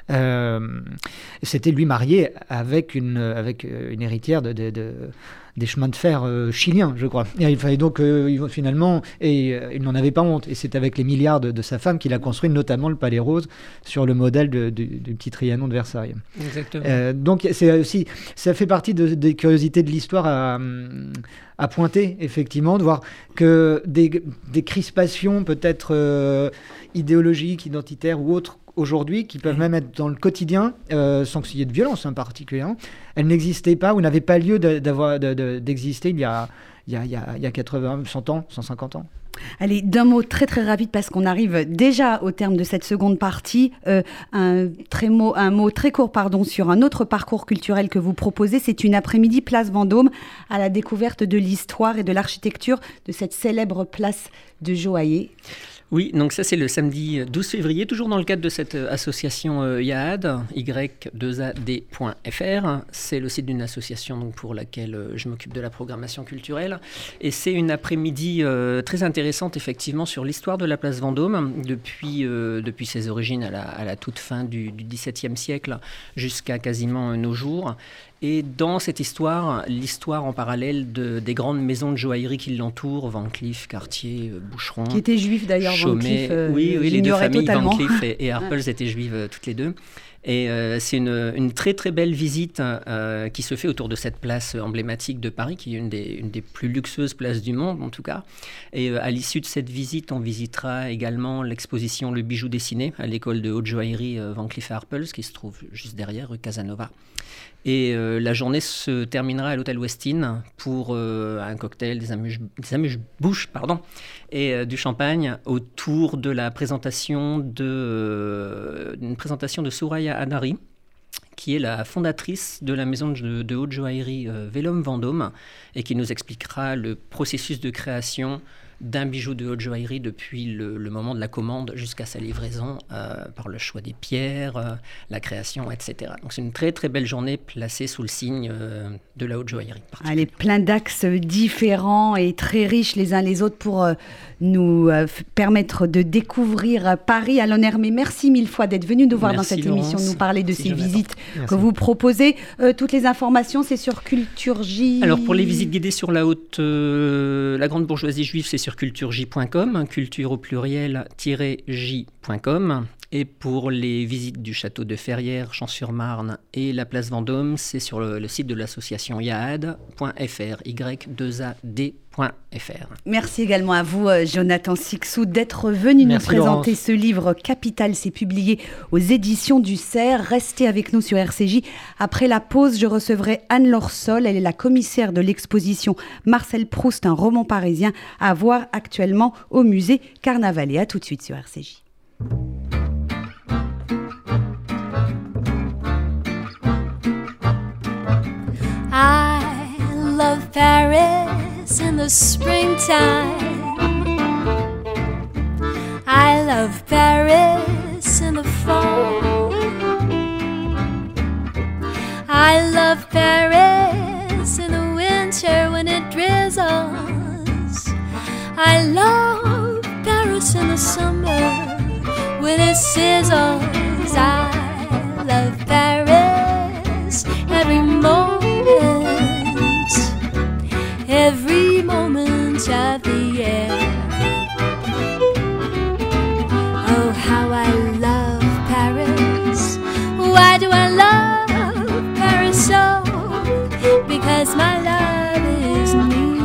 Speaker 3: Euh, c'était lui marié avec une, avec une héritière de, de, de, des chemins de fer euh, chiliens, je crois. Et il fallait donc euh, finalement, et euh, il n'en avait pas honte. Et c'est avec les milliards de, de sa femme qu'il a construit notamment le Palais Rose sur le modèle de, de, du petit Trianon de Versailles.
Speaker 4: Exactement.
Speaker 3: Euh, donc c'est aussi, ça fait partie de, des curiosités de l'histoire à, à pointer, effectivement, de voir que des, des crispations peut-être euh, idéologiques, identitaires ou autres aujourd'hui, qui peuvent mmh. même être dans le quotidien, euh, sans qu'il y ait de violence en particulier, elles n'existaient pas ou n'avaient pas lieu de, d'avoir, de, de, d'exister il y a, il y a, il y a, il y a quatre-vingts, cent ans, cent cinquante ans.
Speaker 2: Allez, d'un mot très très rapide parce qu'on arrive déjà au terme de cette seconde partie. Euh, un, très mot, un mot très court pardon, sur un autre parcours culturel que vous proposez. C'est une après-midi place Vendôme à la découverte de l'histoire et de l'architecture de cette célèbre place de Joaillier.
Speaker 4: Oui, donc ça c'est le samedi douze février, toujours dans le cadre de cette association euh, Y A D, Y deux A D point F R. C'est le site d'une association donc, pour laquelle euh, je m'occupe de la programmation culturelle. Et c'est une après-midi euh, très intéressante effectivement sur l'histoire de la place Vendôme, depuis, euh, depuis ses origines à la, à la toute fin du, du dix-septième siècle jusqu'à quasiment nos jours. Et dans cette histoire, l'histoire en parallèle de, des grandes maisons de joaillerie qui l'entourent, Van Cleef, Cartier, Boucheron,
Speaker 2: qui étaient juifs d'ailleurs, Van Cleef.
Speaker 4: Euh, oui, oui les deux familles,
Speaker 2: totalement.
Speaker 4: Van Cleef et, et Arpels, étaient juives euh, toutes les deux. Et euh, c'est une, une très très belle visite euh, qui se fait autour de cette place emblématique de Paris, qui est une des, une des plus luxueuses places du monde en tout cas. Et euh, à l'issue de cette visite, on visitera également l'exposition Le Bijou dessiné à l'école de haute joaillerie euh, Van Cleef et Arpels, qui se trouve juste derrière, rue Casanova. Et euh, la journée se terminera à l'hôtel Westin pour euh, un cocktail, des amuse, des amuse-bouches, pardon, et euh, du champagne autour de la présentation de, euh, d'une présentation de Souraya Anari, qui est la fondatrice de la maison de, de haute joaillerie euh, Vellum Vendôme, et qui nous expliquera le processus de création d'un bijou de haute joaillerie depuis le, le moment de la commande jusqu'à sa livraison, euh, par le choix des pierres, euh, la création, et cetera. Donc c'est une très très belle journée placée sous le signe euh, de la haute joaillerie.
Speaker 2: Allez, plein d'axes différents et très riches les uns les autres pour euh, nous euh, f- permettre de découvrir Paris à l'honneur. Mais merci mille fois d'être venu nous voir
Speaker 4: merci
Speaker 2: dans cette
Speaker 4: Laurence.
Speaker 2: émission, nous parler de
Speaker 4: merci
Speaker 2: ces
Speaker 4: Jonathan.
Speaker 2: visites
Speaker 3: Merci.
Speaker 2: que vous proposez. Euh, toutes les informations, c'est sur Culturj.
Speaker 4: Alors pour les visites guidées sur la haute, euh, la grande bourgeoisie juive, c'est sur culturj point com, culture au pluriel j point com. Et pour les visites du château de Ferrières, Champs-sur-Marne et la place Vendôme, c'est sur le, le site de l'association y a d point f r, y deux a d point f r.
Speaker 2: Merci également à vous, euh, Jonathan Sixou, d'être venu
Speaker 3: Merci,
Speaker 2: nous présenter
Speaker 3: Laurence.
Speaker 2: ce livre Capital. C'est publié aux éditions du Cerf. Restez avec nous sur R C J. Après la pause, je recevrai Anne-Laure Sol. Elle est la commissaire de l'exposition Marcel Proust, un roman parisien à voir actuellement au musée Carnavalet. À tout de suite sur R C J.
Speaker 6: I love Paris in the springtime. I love Paris in the fall. I love Paris in the winter when it drizzles. I love Paris in the summer when it sizzles. I love Paris every moment, every moment of the year. Oh, how I love Paris. Why do I love Paris so? Because my love is near.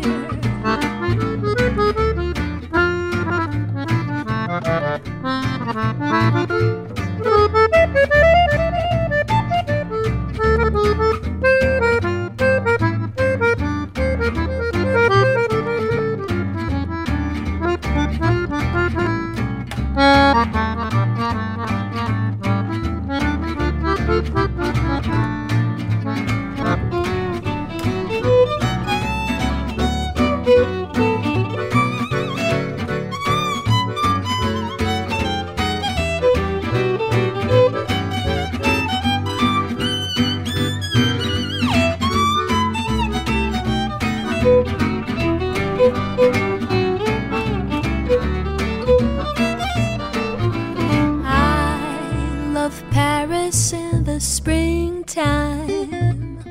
Speaker 6: I love Paris in the springtime.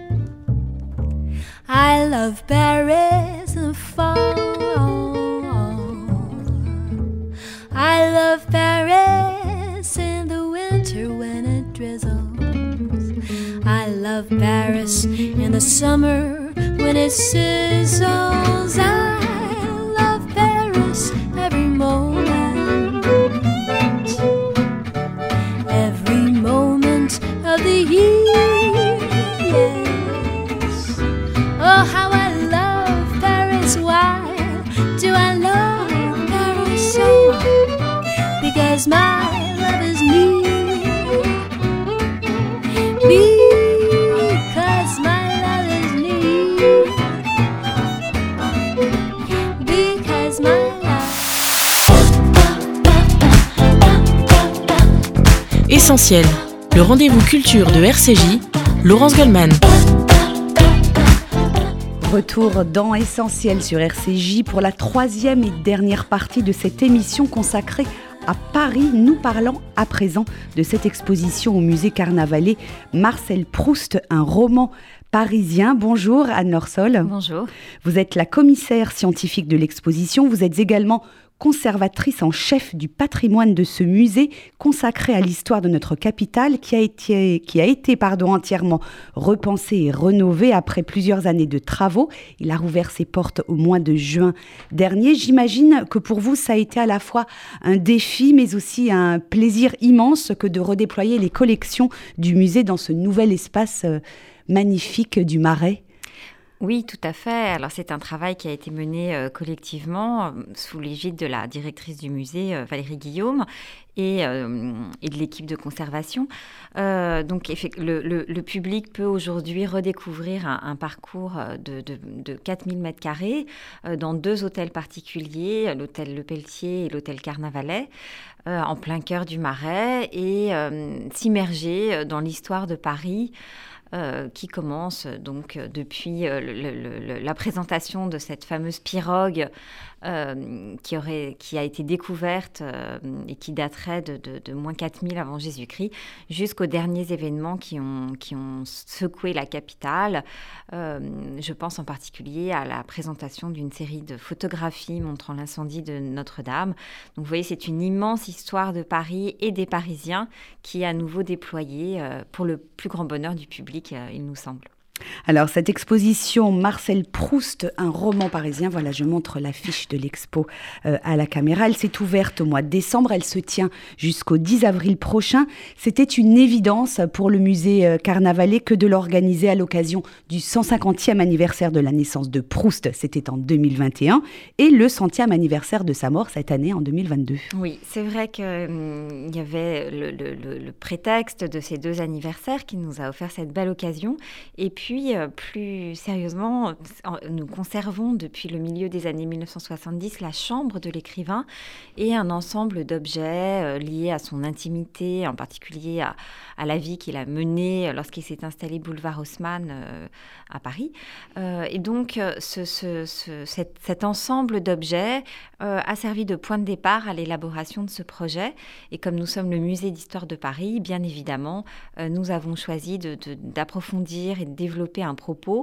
Speaker 6: I love Paris in the fall. I love Paris in the winter when it drizzles. I love Paris in the summer when it sizzles. I love Paris every moment, every moment of the year. Yes. Oh, how I love Paris. Why do I love Paris so? Because my love is near. Because my love is near. Because my love
Speaker 1: Essentiel, le rendez-vous culture de R C J, Laurence Goldman.
Speaker 2: Retour dans Essentiel sur R C J pour la troisième et dernière partie de cette émission consacrée à Paris. Nous parlons à présent de cette exposition au musée Carnavalet Marcel Proust, un roman parisien. Bonjour Anne-Laure Sol.
Speaker 7: Bonjour.
Speaker 2: Vous êtes la commissaire scientifique de l'exposition. Vous êtes également conservatrice en chef du patrimoine de ce musée consacré à l'histoire de notre capitale qui a été, qui a été pardon, entièrement repensé et rénové après plusieurs années de travaux. Il a rouvert ses portes au mois de juin dernier. J'imagine que pour vous, ça a été à la fois un défi mais aussi un plaisir immense que de redéployer les collections du musée dans ce nouvel espace magnifique du Marais.
Speaker 7: Oui, tout à fait. Alors, c'est un travail qui a été mené euh, collectivement euh, sous l'égide de la directrice du musée, euh, Valérie Guillaume, et, euh, et de l'équipe de conservation. Euh, donc, le, le, le public peut aujourd'hui redécouvrir un, un parcours de, de, de quatre mille mètres carrés euh, dans deux hôtels particuliers, l'hôtel Le Pelletier et l'hôtel Carnavalet, euh, en plein cœur du Marais, et euh, s'immerger dans l'histoire de Paris. Euh, qui commence donc depuis euh, le, le, le, la présentation de cette fameuse pirogue euh, qui, aurait, qui a été découverte euh, et qui daterait de, de, de moins quatre mille avant Jésus-Christ, jusqu'aux derniers événements qui ont, qui ont secoué la capitale. Euh, je pense en particulier à la présentation d'une série de photographies montrant l'incendie de Notre-Dame. Donc vous voyez, c'est une immense histoire de Paris et des Parisiens qui est à nouveau déployée euh, pour le plus grand bonheur du public, il nous semble.
Speaker 2: Alors, cette exposition Marcel Proust, un roman parisien, voilà, je montre l'affiche de l'expo euh, à la caméra. Elle s'est ouverte au mois de décembre, elle se tient jusqu'au dix avril prochain. C'était une évidence pour le musée euh, Carnavalet que de l'organiser à l'occasion du cent cinquantième anniversaire de la naissance de Proust, c'était en deux mille vingt et un, et le centième anniversaire de sa mort cette année en deux mille vingt-deux.
Speaker 7: Oui, c'est vrai qu'il hum, y avait le, le, le, le prétexte de ces deux anniversaires qui nous a offert cette belle occasion. Et puis, Puis, plus sérieusement, nous conservons depuis le milieu des années mille neuf cent soixante-dix la chambre de l'écrivain et un ensemble d'objets liés à son intimité, en particulier à, à la vie qu'il a menée lorsqu'il s'est installé boulevard Haussmann euh, à Paris. Euh, et donc, ce, ce, ce, cet, cet ensemble d'objets euh, a servi de point de départ à l'élaboration de ce projet. Et comme nous sommes le musée d'histoire de Paris, bien évidemment, euh, nous avons choisi de, de, d'approfondir et de développer un propos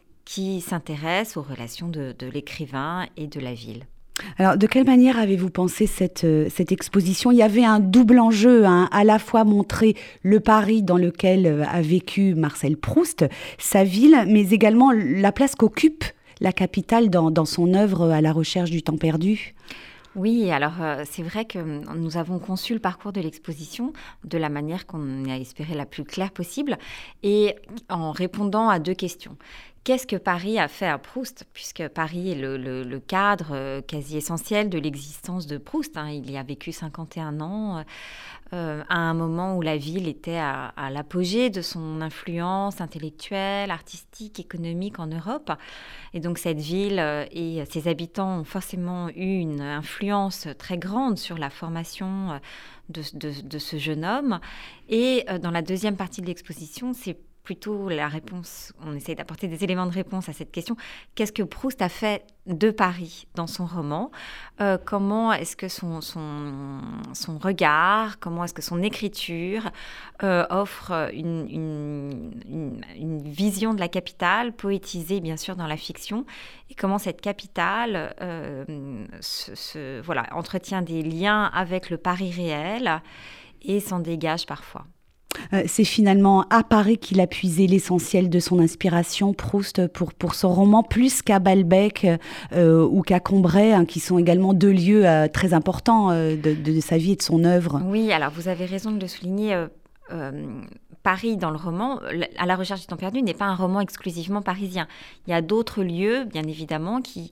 Speaker 7: qui s'intéresse aux relations de, de l'écrivain et de la ville.
Speaker 2: Alors, de quelle manière avez-vous pensé cette, euh, cette exposition ? Il y avait un double enjeu, hein, à la fois montrer le Paris dans lequel euh, a vécu Marcel Proust, sa ville, mais également la place qu'occupe la capitale dans, dans son œuvre à la recherche du temps perdu.
Speaker 7: Oui, alors euh, c'est vrai que nous avons conçu le parcours de l'exposition de la manière qu'on a espéré la plus claire possible et en répondant à deux questions. Qu'est-ce que Paris a fait à Proust ? Puisque Paris est le, le, le cadre euh, quasi essentiel de l'existence de Proust. Hein. Il y a vécu cinquante et un ans, euh, à un moment où la ville était à, à l'apogée de son influence intellectuelle, artistique, économique en Europe. Et donc cette ville euh, et ses habitants ont forcément eu une influence très grande sur la formation euh, de, de, de ce jeune homme. Et euh, dans la deuxième partie de l'exposition, c'est plutôt la réponse, on essaie d'apporter des éléments de réponse à cette question. Qu'est-ce que Proust a fait de Paris dans son roman ? euh, Comment est-ce que son, son, son regard, comment est-ce que son écriture euh, offre une, une, une, une vision de la capitale, poétisée bien sûr dans la fiction, et comment cette capitale euh, se, se, voilà, entretient des liens avec le Paris réel et s'en dégage parfois.
Speaker 2: Euh, c'est finalement à Paris qu'il a puisé l'essentiel de son inspiration, Proust, pour, pour son roman, plus qu'à Balbec euh, ou qu'à Combray, hein, qui sont également deux lieux euh, très importants euh, de, de, de sa vie et de son œuvre.
Speaker 7: Oui, alors vous avez raison de le souligner. Euh, euh, Paris, dans le roman, à la recherche du temps perdu, n'est pas un roman exclusivement parisien. Il y a d'autres lieux, bien évidemment, qui...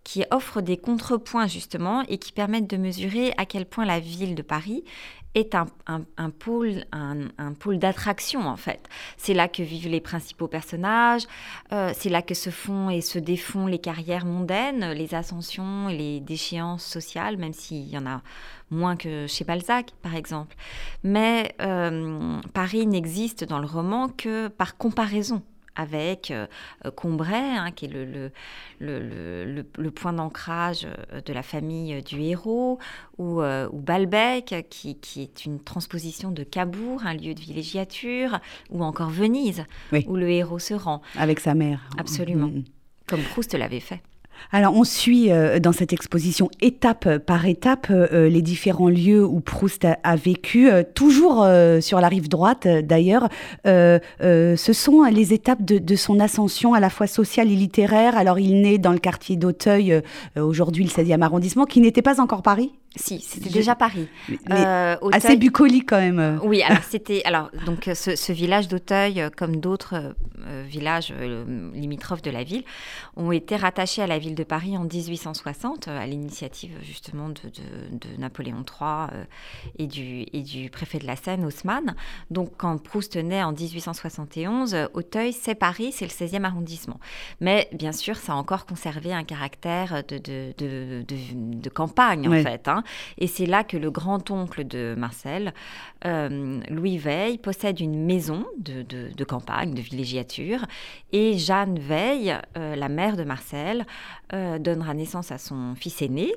Speaker 7: qui offrent des contrepoints justement et qui permettent de mesurer à quel point la ville de Paris est un, un, un pôle, un, un pôle d'attraction en fait. C'est là que vivent les principaux personnages, euh, c'est là que se font et se défont les carrières mondaines, les ascensions et les déchéances sociales, même s'il y en a moins que chez Balzac par exemple. Mais euh, Paris n'existe dans le roman que par comparaison avec euh, Combray, hein, qui est le, le, le, le, le point d'ancrage de la famille du héros, ou, euh, ou Balbec, qui, qui est une transposition de Cabourg, un lieu de villégiature, ou encore Venise, oui. où le héros se rend.
Speaker 2: Avec sa mère.
Speaker 7: Absolument, mmh. comme Proust l'avait fait.
Speaker 2: Alors, on suit euh, dans cette exposition, étape par étape, euh, les différents lieux où Proust a, a vécu, euh, toujours euh, sur la rive droite euh, d'ailleurs. Euh, euh, ce sont les étapes de, de son ascension à la fois sociale et littéraire. Alors, il naît dans le quartier d'Auteuil, euh, aujourd'hui le seizième arrondissement, qui n'était pas encore Paris.
Speaker 7: Si, c'était Je... déjà Paris.
Speaker 2: Euh, Auteuil... Assez bucolique quand même.
Speaker 7: Oui, alors c'était alors donc ce, ce village d'Auteuil, comme d'autres euh, villages euh, limitrophes de la ville, ont été rattachés à la ville de Paris en dix-huit cent soixante, à l'initiative justement de, de, de Napoléon trois euh, et du et du préfet de la Seine, Haussmann. Donc quand Proust naît en dix-huit cent soixante et onze, Auteuil, c'est Paris, c'est le seizième arrondissement. Mais bien sûr, ça a encore conservé un caractère de de de, de, de campagne en ouais. fait. Hein. Et c'est là que le grand-oncle de Marcel, euh, Louis Veil, possède une maison de, de, de campagne, de villégiature. Et Jeanne Veil, euh, la mère de Marcel, euh, donnera naissance à son fils aîné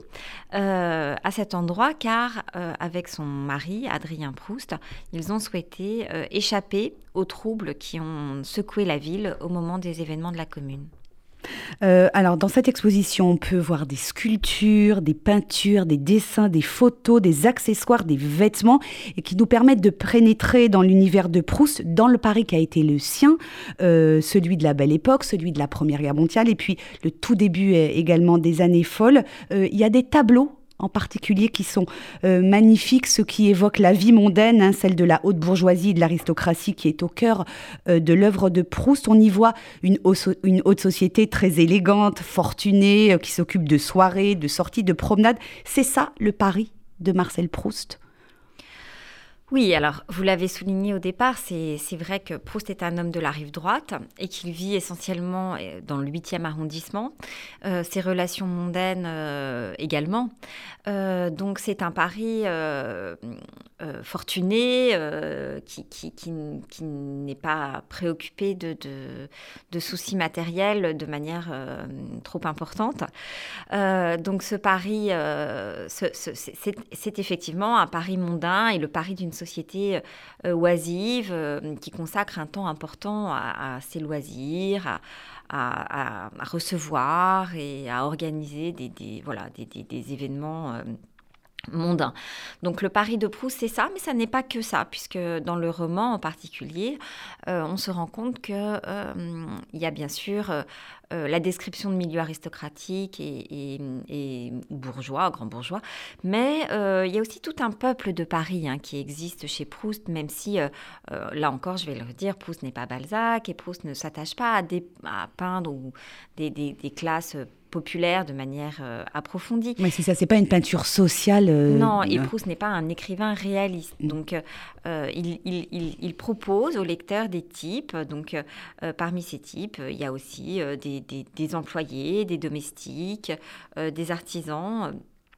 Speaker 7: euh, à cet endroit, car euh, avec son mari, Adrien Proust, ils ont souhaité euh, échapper aux troubles qui ont secoué la ville au moment des événements de la Commune.
Speaker 2: Euh, alors, dans cette exposition, on peut voir des sculptures, des peintures, des dessins, des photos, des accessoires, des vêtements, et qui nous permettent de pénétrer dans l'univers de Proust, dans le Paris qui a été le sien, euh, celui de la Belle Époque, celui de la Première Guerre mondiale, et puis le tout début également des années folles. Euh, il y a des tableaux en particulier qui sont euh, magnifiques, ceux qui évoquent la vie mondaine, hein, celle de la haute bourgeoisie et de l'aristocratie qui est au cœur euh, de l'œuvre de Proust. On y voit une, une haute société très élégante, fortunée, euh, qui s'occupe de soirées, de sorties, de promenades. C'est ça le Paris de Marcel Proust ?
Speaker 7: Oui, alors vous l'avez souligné au départ, c'est, c'est vrai que Proust est un homme de la rive droite et qu'il vit essentiellement dans le huitième arrondissement, euh, ses relations mondaines euh, également. Euh, donc c'est un Paris euh, euh, fortuné euh, qui, qui, qui, qui n'est pas préoccupé de, de, de soucis matériels de manière euh, trop importante. Euh, donc ce Paris, euh, ce, ce, c'est, c'est effectivement un Paris mondain et le Paris d'une société euh, oisive euh, qui consacre un temps important à, à ses loisirs, à, à, à recevoir et à organiser des, des, voilà, des, des, des événements euh, mondain. Donc le Paris de Proust, c'est ça, mais ça n'est pas que ça, puisque dans le roman en particulier, euh, on se rend compte qu'il euh, y a bien sûr euh, la description de milieux aristocratiques et, et, et bourgeois, grands bourgeois, mais euh, il y a aussi tout un peuple de Paris hein, qui existe chez Proust, même si, euh, euh, là encore, je vais le redire, Proust n'est pas Balzac et Proust ne s'attache pas à, des, à peindre ou des, des, des classes populaire de manière euh, approfondie.
Speaker 2: Mais c'est ça, c'est pas une peinture sociale. Euh,
Speaker 7: non, et Proust n'est pas un écrivain réaliste. Donc, euh, il, il, il, il propose au lecteur des types. Donc, euh, parmi ces types, il y a aussi euh, des, des, des employés, des domestiques, euh, des artisans.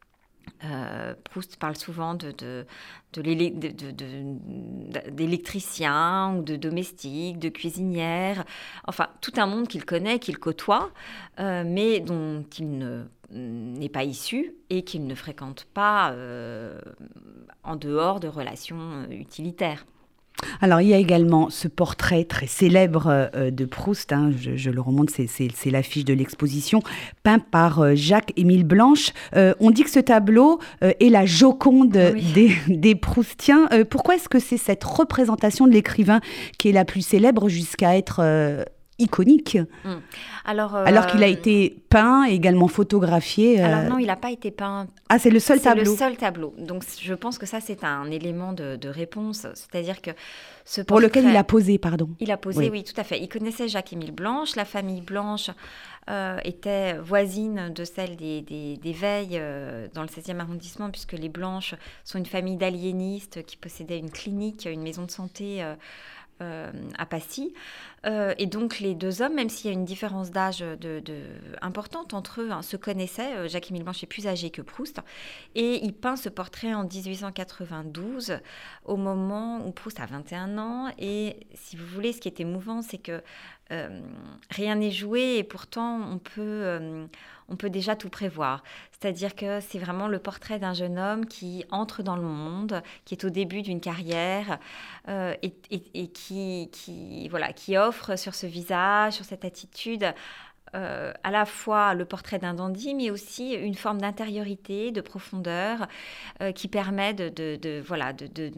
Speaker 7: Euh, Proust parle souvent de, de, de, de, de, de, d'électriciens ou de domestiques, de cuisinières, enfin tout un monde qu'il connaît, qu'il côtoie, euh, mais dont il ne, n'est pas issu et qu'il ne fréquente pas euh, en dehors de relations utilitaires.
Speaker 2: Alors, il y a également ce portrait très célèbre euh, de Proust, hein, je, je le remonte, c'est, c'est, c'est l'affiche de l'exposition, peint par euh, Jacques-Émile Blanche. Euh, on dit que ce tableau euh, est la Joconde oui. des, des Proustiens. Euh, pourquoi est-ce que c'est cette représentation de l'écrivain qui est la plus célèbre jusqu'à être euh, iconique.
Speaker 7: Mmh. Alors, euh,
Speaker 2: Alors qu'il a été peint et également photographié. Euh...
Speaker 7: Alors non, il n'a pas été peint.
Speaker 2: Ah, c'est le seul
Speaker 7: c'est
Speaker 2: tableau.
Speaker 7: C'est le seul tableau. Donc je pense que ça, c'est un élément de, de réponse. C'est-à-dire que ce
Speaker 2: Pour
Speaker 7: portrait,
Speaker 2: lequel il a posé, pardon.
Speaker 7: Il a posé,
Speaker 2: oui,
Speaker 7: oui, tout à fait. Il connaissait Jacques-Émile Blanche. La famille Blanche euh, était voisine de celle des, des, des Veilles euh, dans le seizième arrondissement, puisque les Blanches sont une famille d'aliénistes qui possédaient une clinique, une maison de santé euh, euh, à Passy. Euh, et donc les deux hommes, même s'il y a une différence d'âge de, de, importante entre eux, hein, se connaissaient. Euh, Jacques-Émile Blanche est plus âgé que Proust. Et il peint ce portrait en dix-huit cent quatre-vingt-douze, au moment où Proust a vingt et un ans. Et si vous voulez, ce qui est émouvant, c'est que euh, rien n'est joué et pourtant on peut... Euh, on peut déjà tout prévoir. C'est-à-dire que c'est vraiment le portrait d'un jeune homme qui entre dans le monde, qui est au début d'une carrière euh, et, et, et qui, qui, voilà, qui offre sur ce visage, sur cette attitude, euh, à la fois le portrait d'un dandy, mais aussi une forme d'intériorité, de profondeur, euh, qui permet de, de, de, voilà, de, de,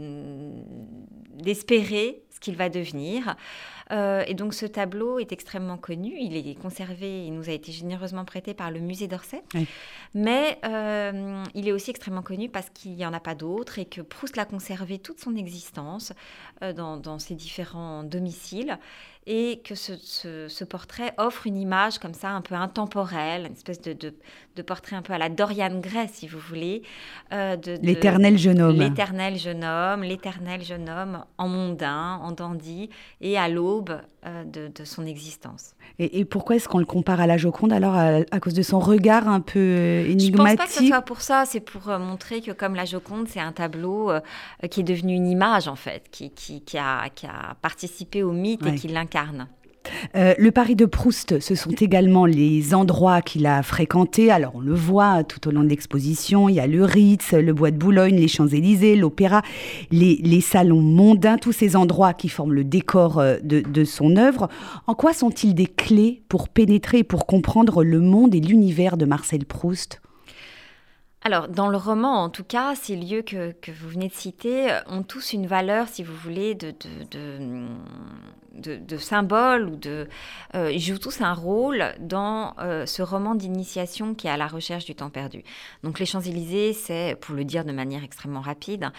Speaker 7: d'espérer ce qu'il va devenir. Euh, et donc ce tableau est extrêmement connu, il est conservé, il nous a été généreusement prêté par le musée d'Orsay, oui. mais euh, il est aussi extrêmement connu parce qu'il n'y en a pas d'autres et que Proust l'a conservé toute son existence euh, dans, dans ses différents domiciles et que ce, ce, ce portrait offre une image comme ça un peu intemporelle, une espèce de, de, de portrait un peu à la Dorian Gray si vous voulez. Euh, de, de,
Speaker 2: l'éternel jeune homme.
Speaker 7: L'éternel jeune homme, l'éternel jeune homme en mondain, en dandy et à l'aube euh, de, de son existence.
Speaker 2: Et, et pourquoi est-ce qu'on le compare à la Joconde alors à, à cause de son regard un peu énigmatique? Je ne pense
Speaker 7: pas que ce soit pour ça, c'est pour euh, montrer que comme la Joconde, c'est un tableau euh, qui est devenu une image en fait, qui, qui, qui, a, qui a participé au mythe ouais. et qui l'incarne.
Speaker 2: Euh, le Paris de Proust, ce sont également les endroits qu'il a fréquentés. Alors, on le voit tout au long de l'exposition. Il y a le Ritz, le Bois de Boulogne, les Champs-Élysées, l'Opéra, les, les salons mondains, tous ces endroits qui forment le décor de, de son œuvre. En quoi sont-ils des clés pour pénétrer, pour comprendre le monde et l'univers de Marcel Proust ?
Speaker 7: Alors, dans le roman, en tout cas, ces lieux que, que vous venez de citer ont tous une valeur, si vous voulez, de... de, de De, de symboles ou de, euh, ils jouent tous un rôle dans euh, ce roman d'initiation qui est à la recherche du temps perdu. Donc les Champs-Élysées, c'est, pour le dire de manière extrêmement rapide,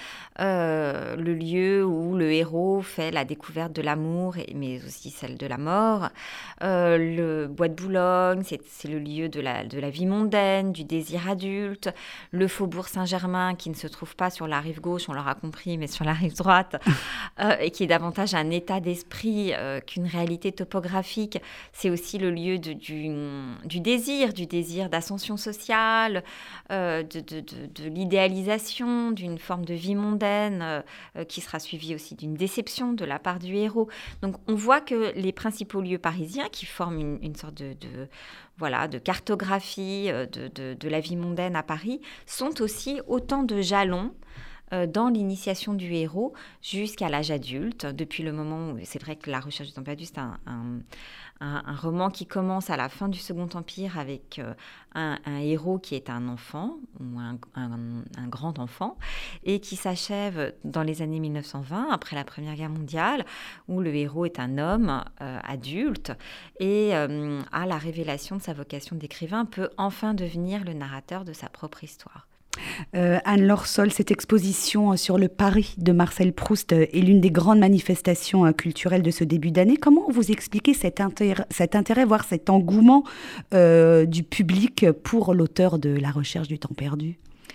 Speaker 7: euh, le lieu où le héros fait la découverte de l'amour, mais aussi celle de la mort. Euh, le Bois de Boulogne, c'est, c'est le lieu de la, de la vie mondaine, du désir adulte. Le Faubourg Saint-Germain, qui ne se trouve pas sur la rive gauche, on l'aura compris, mais sur la rive droite, euh, et qui est davantage un état d'esprit Euh, qu'une réalité topographique, c'est aussi le lieu de, du, du désir, du désir d'ascension sociale, euh, de, de, de, de l'idéalisation, d'une forme de vie mondaine euh, qui sera suivie aussi d'une déception de la part du héros. Donc on voit que les principaux lieux parisiens qui forment une, une sorte de, de, voilà, de cartographie de, de, de la vie mondaine à Paris sont aussi autant de jalons dans l'initiation du héros jusqu'à l'âge adulte, depuis le moment où c'est vrai que La Recherche du temps perdu, c'est un, un, un, un roman qui commence à la fin du Second Empire avec euh, un, un héros qui est un enfant, ou un, un, un grand enfant, et qui s'achève dans les années mille neuf cent vingt, après la Première Guerre mondiale, où le héros est un homme euh, adulte, et euh, à la révélation de sa vocation d'écrivain, peut enfin devenir le narrateur de sa propre histoire.
Speaker 2: Euh, Anne-Laure Sol, cette exposition sur le Paris de Marcel Proust est l'une des grandes manifestations culturelles de ce début d'année. Comment vous expliquez cet intérêt, cet intérêt voire cet engouement euh, du public pour l'auteur de La Recherche du temps perdu ?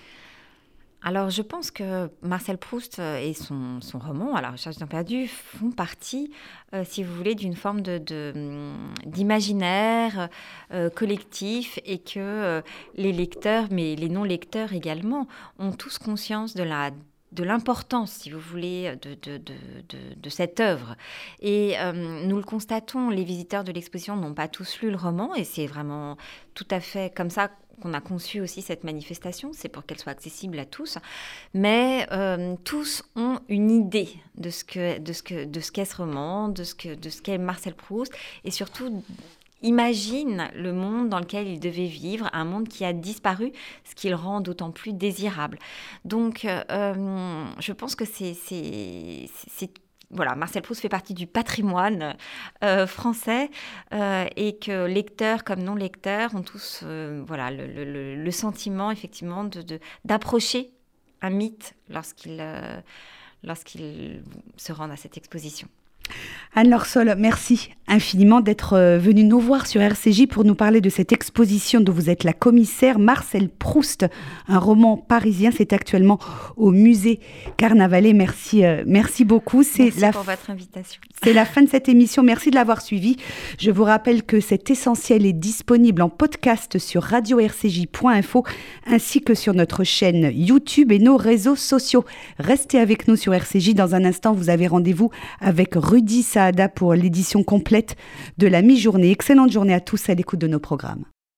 Speaker 7: Alors, je pense que Marcel Proust et son, son roman, à La Recherche du temps perdu, font partie, euh, si vous voulez, d'une forme de, de, d'imaginaire euh, collectif et que euh, les lecteurs, mais les non-lecteurs également, ont tous conscience de la de l'importance, si vous voulez, de, de, de, de, de cette œuvre. Et euh, nous le constatons, les visiteurs de l'exposition n'ont pas tous lu le roman, et c'est vraiment tout à fait comme ça qu'on a conçu aussi cette manifestation, c'est pour qu'elle soit accessible à tous, mais euh, tous ont une idée de ce, que, de, ce que, de ce qu'est ce roman, de ce, que, de ce qu'est Marcel Proust, et surtout imagine le monde dans lequel il devait vivre, un monde qui a disparu, ce qui le rend d'autant plus désirable. Donc, euh, je pense que c'est, c'est, c'est voilà, Marcel Proust fait partie du patrimoine euh, français euh, et que lecteurs comme non-lecteurs ont tous euh, voilà, le, le, le sentiment effectivement de, de, d'approcher un mythe lorsqu'ils, euh, lorsqu'ils se rendent à cette exposition.
Speaker 2: Anne-Laure Sol, merci infiniment d'être venue nous voir sur R C J pour nous parler de cette exposition dont vous êtes la commissaire. Marcel Proust, un roman parisien, c'est actuellement au musée Carnavalet. Merci, euh, merci beaucoup. C'est
Speaker 7: merci
Speaker 2: la
Speaker 7: pour votre invitation.
Speaker 2: C'est la fin de cette émission. Merci de l'avoir suivie. Je vous rappelle que cet essentiel est disponible en podcast sur radio r c j point info ainsi que sur notre chaîne YouTube et nos réseaux sociaux. Restez avec nous sur R C J. Dans un instant, vous avez rendez-vous avec Rudy Saada pour l'édition complète de la mi-journée. Excellente journée à tous à l'écoute de nos programmes.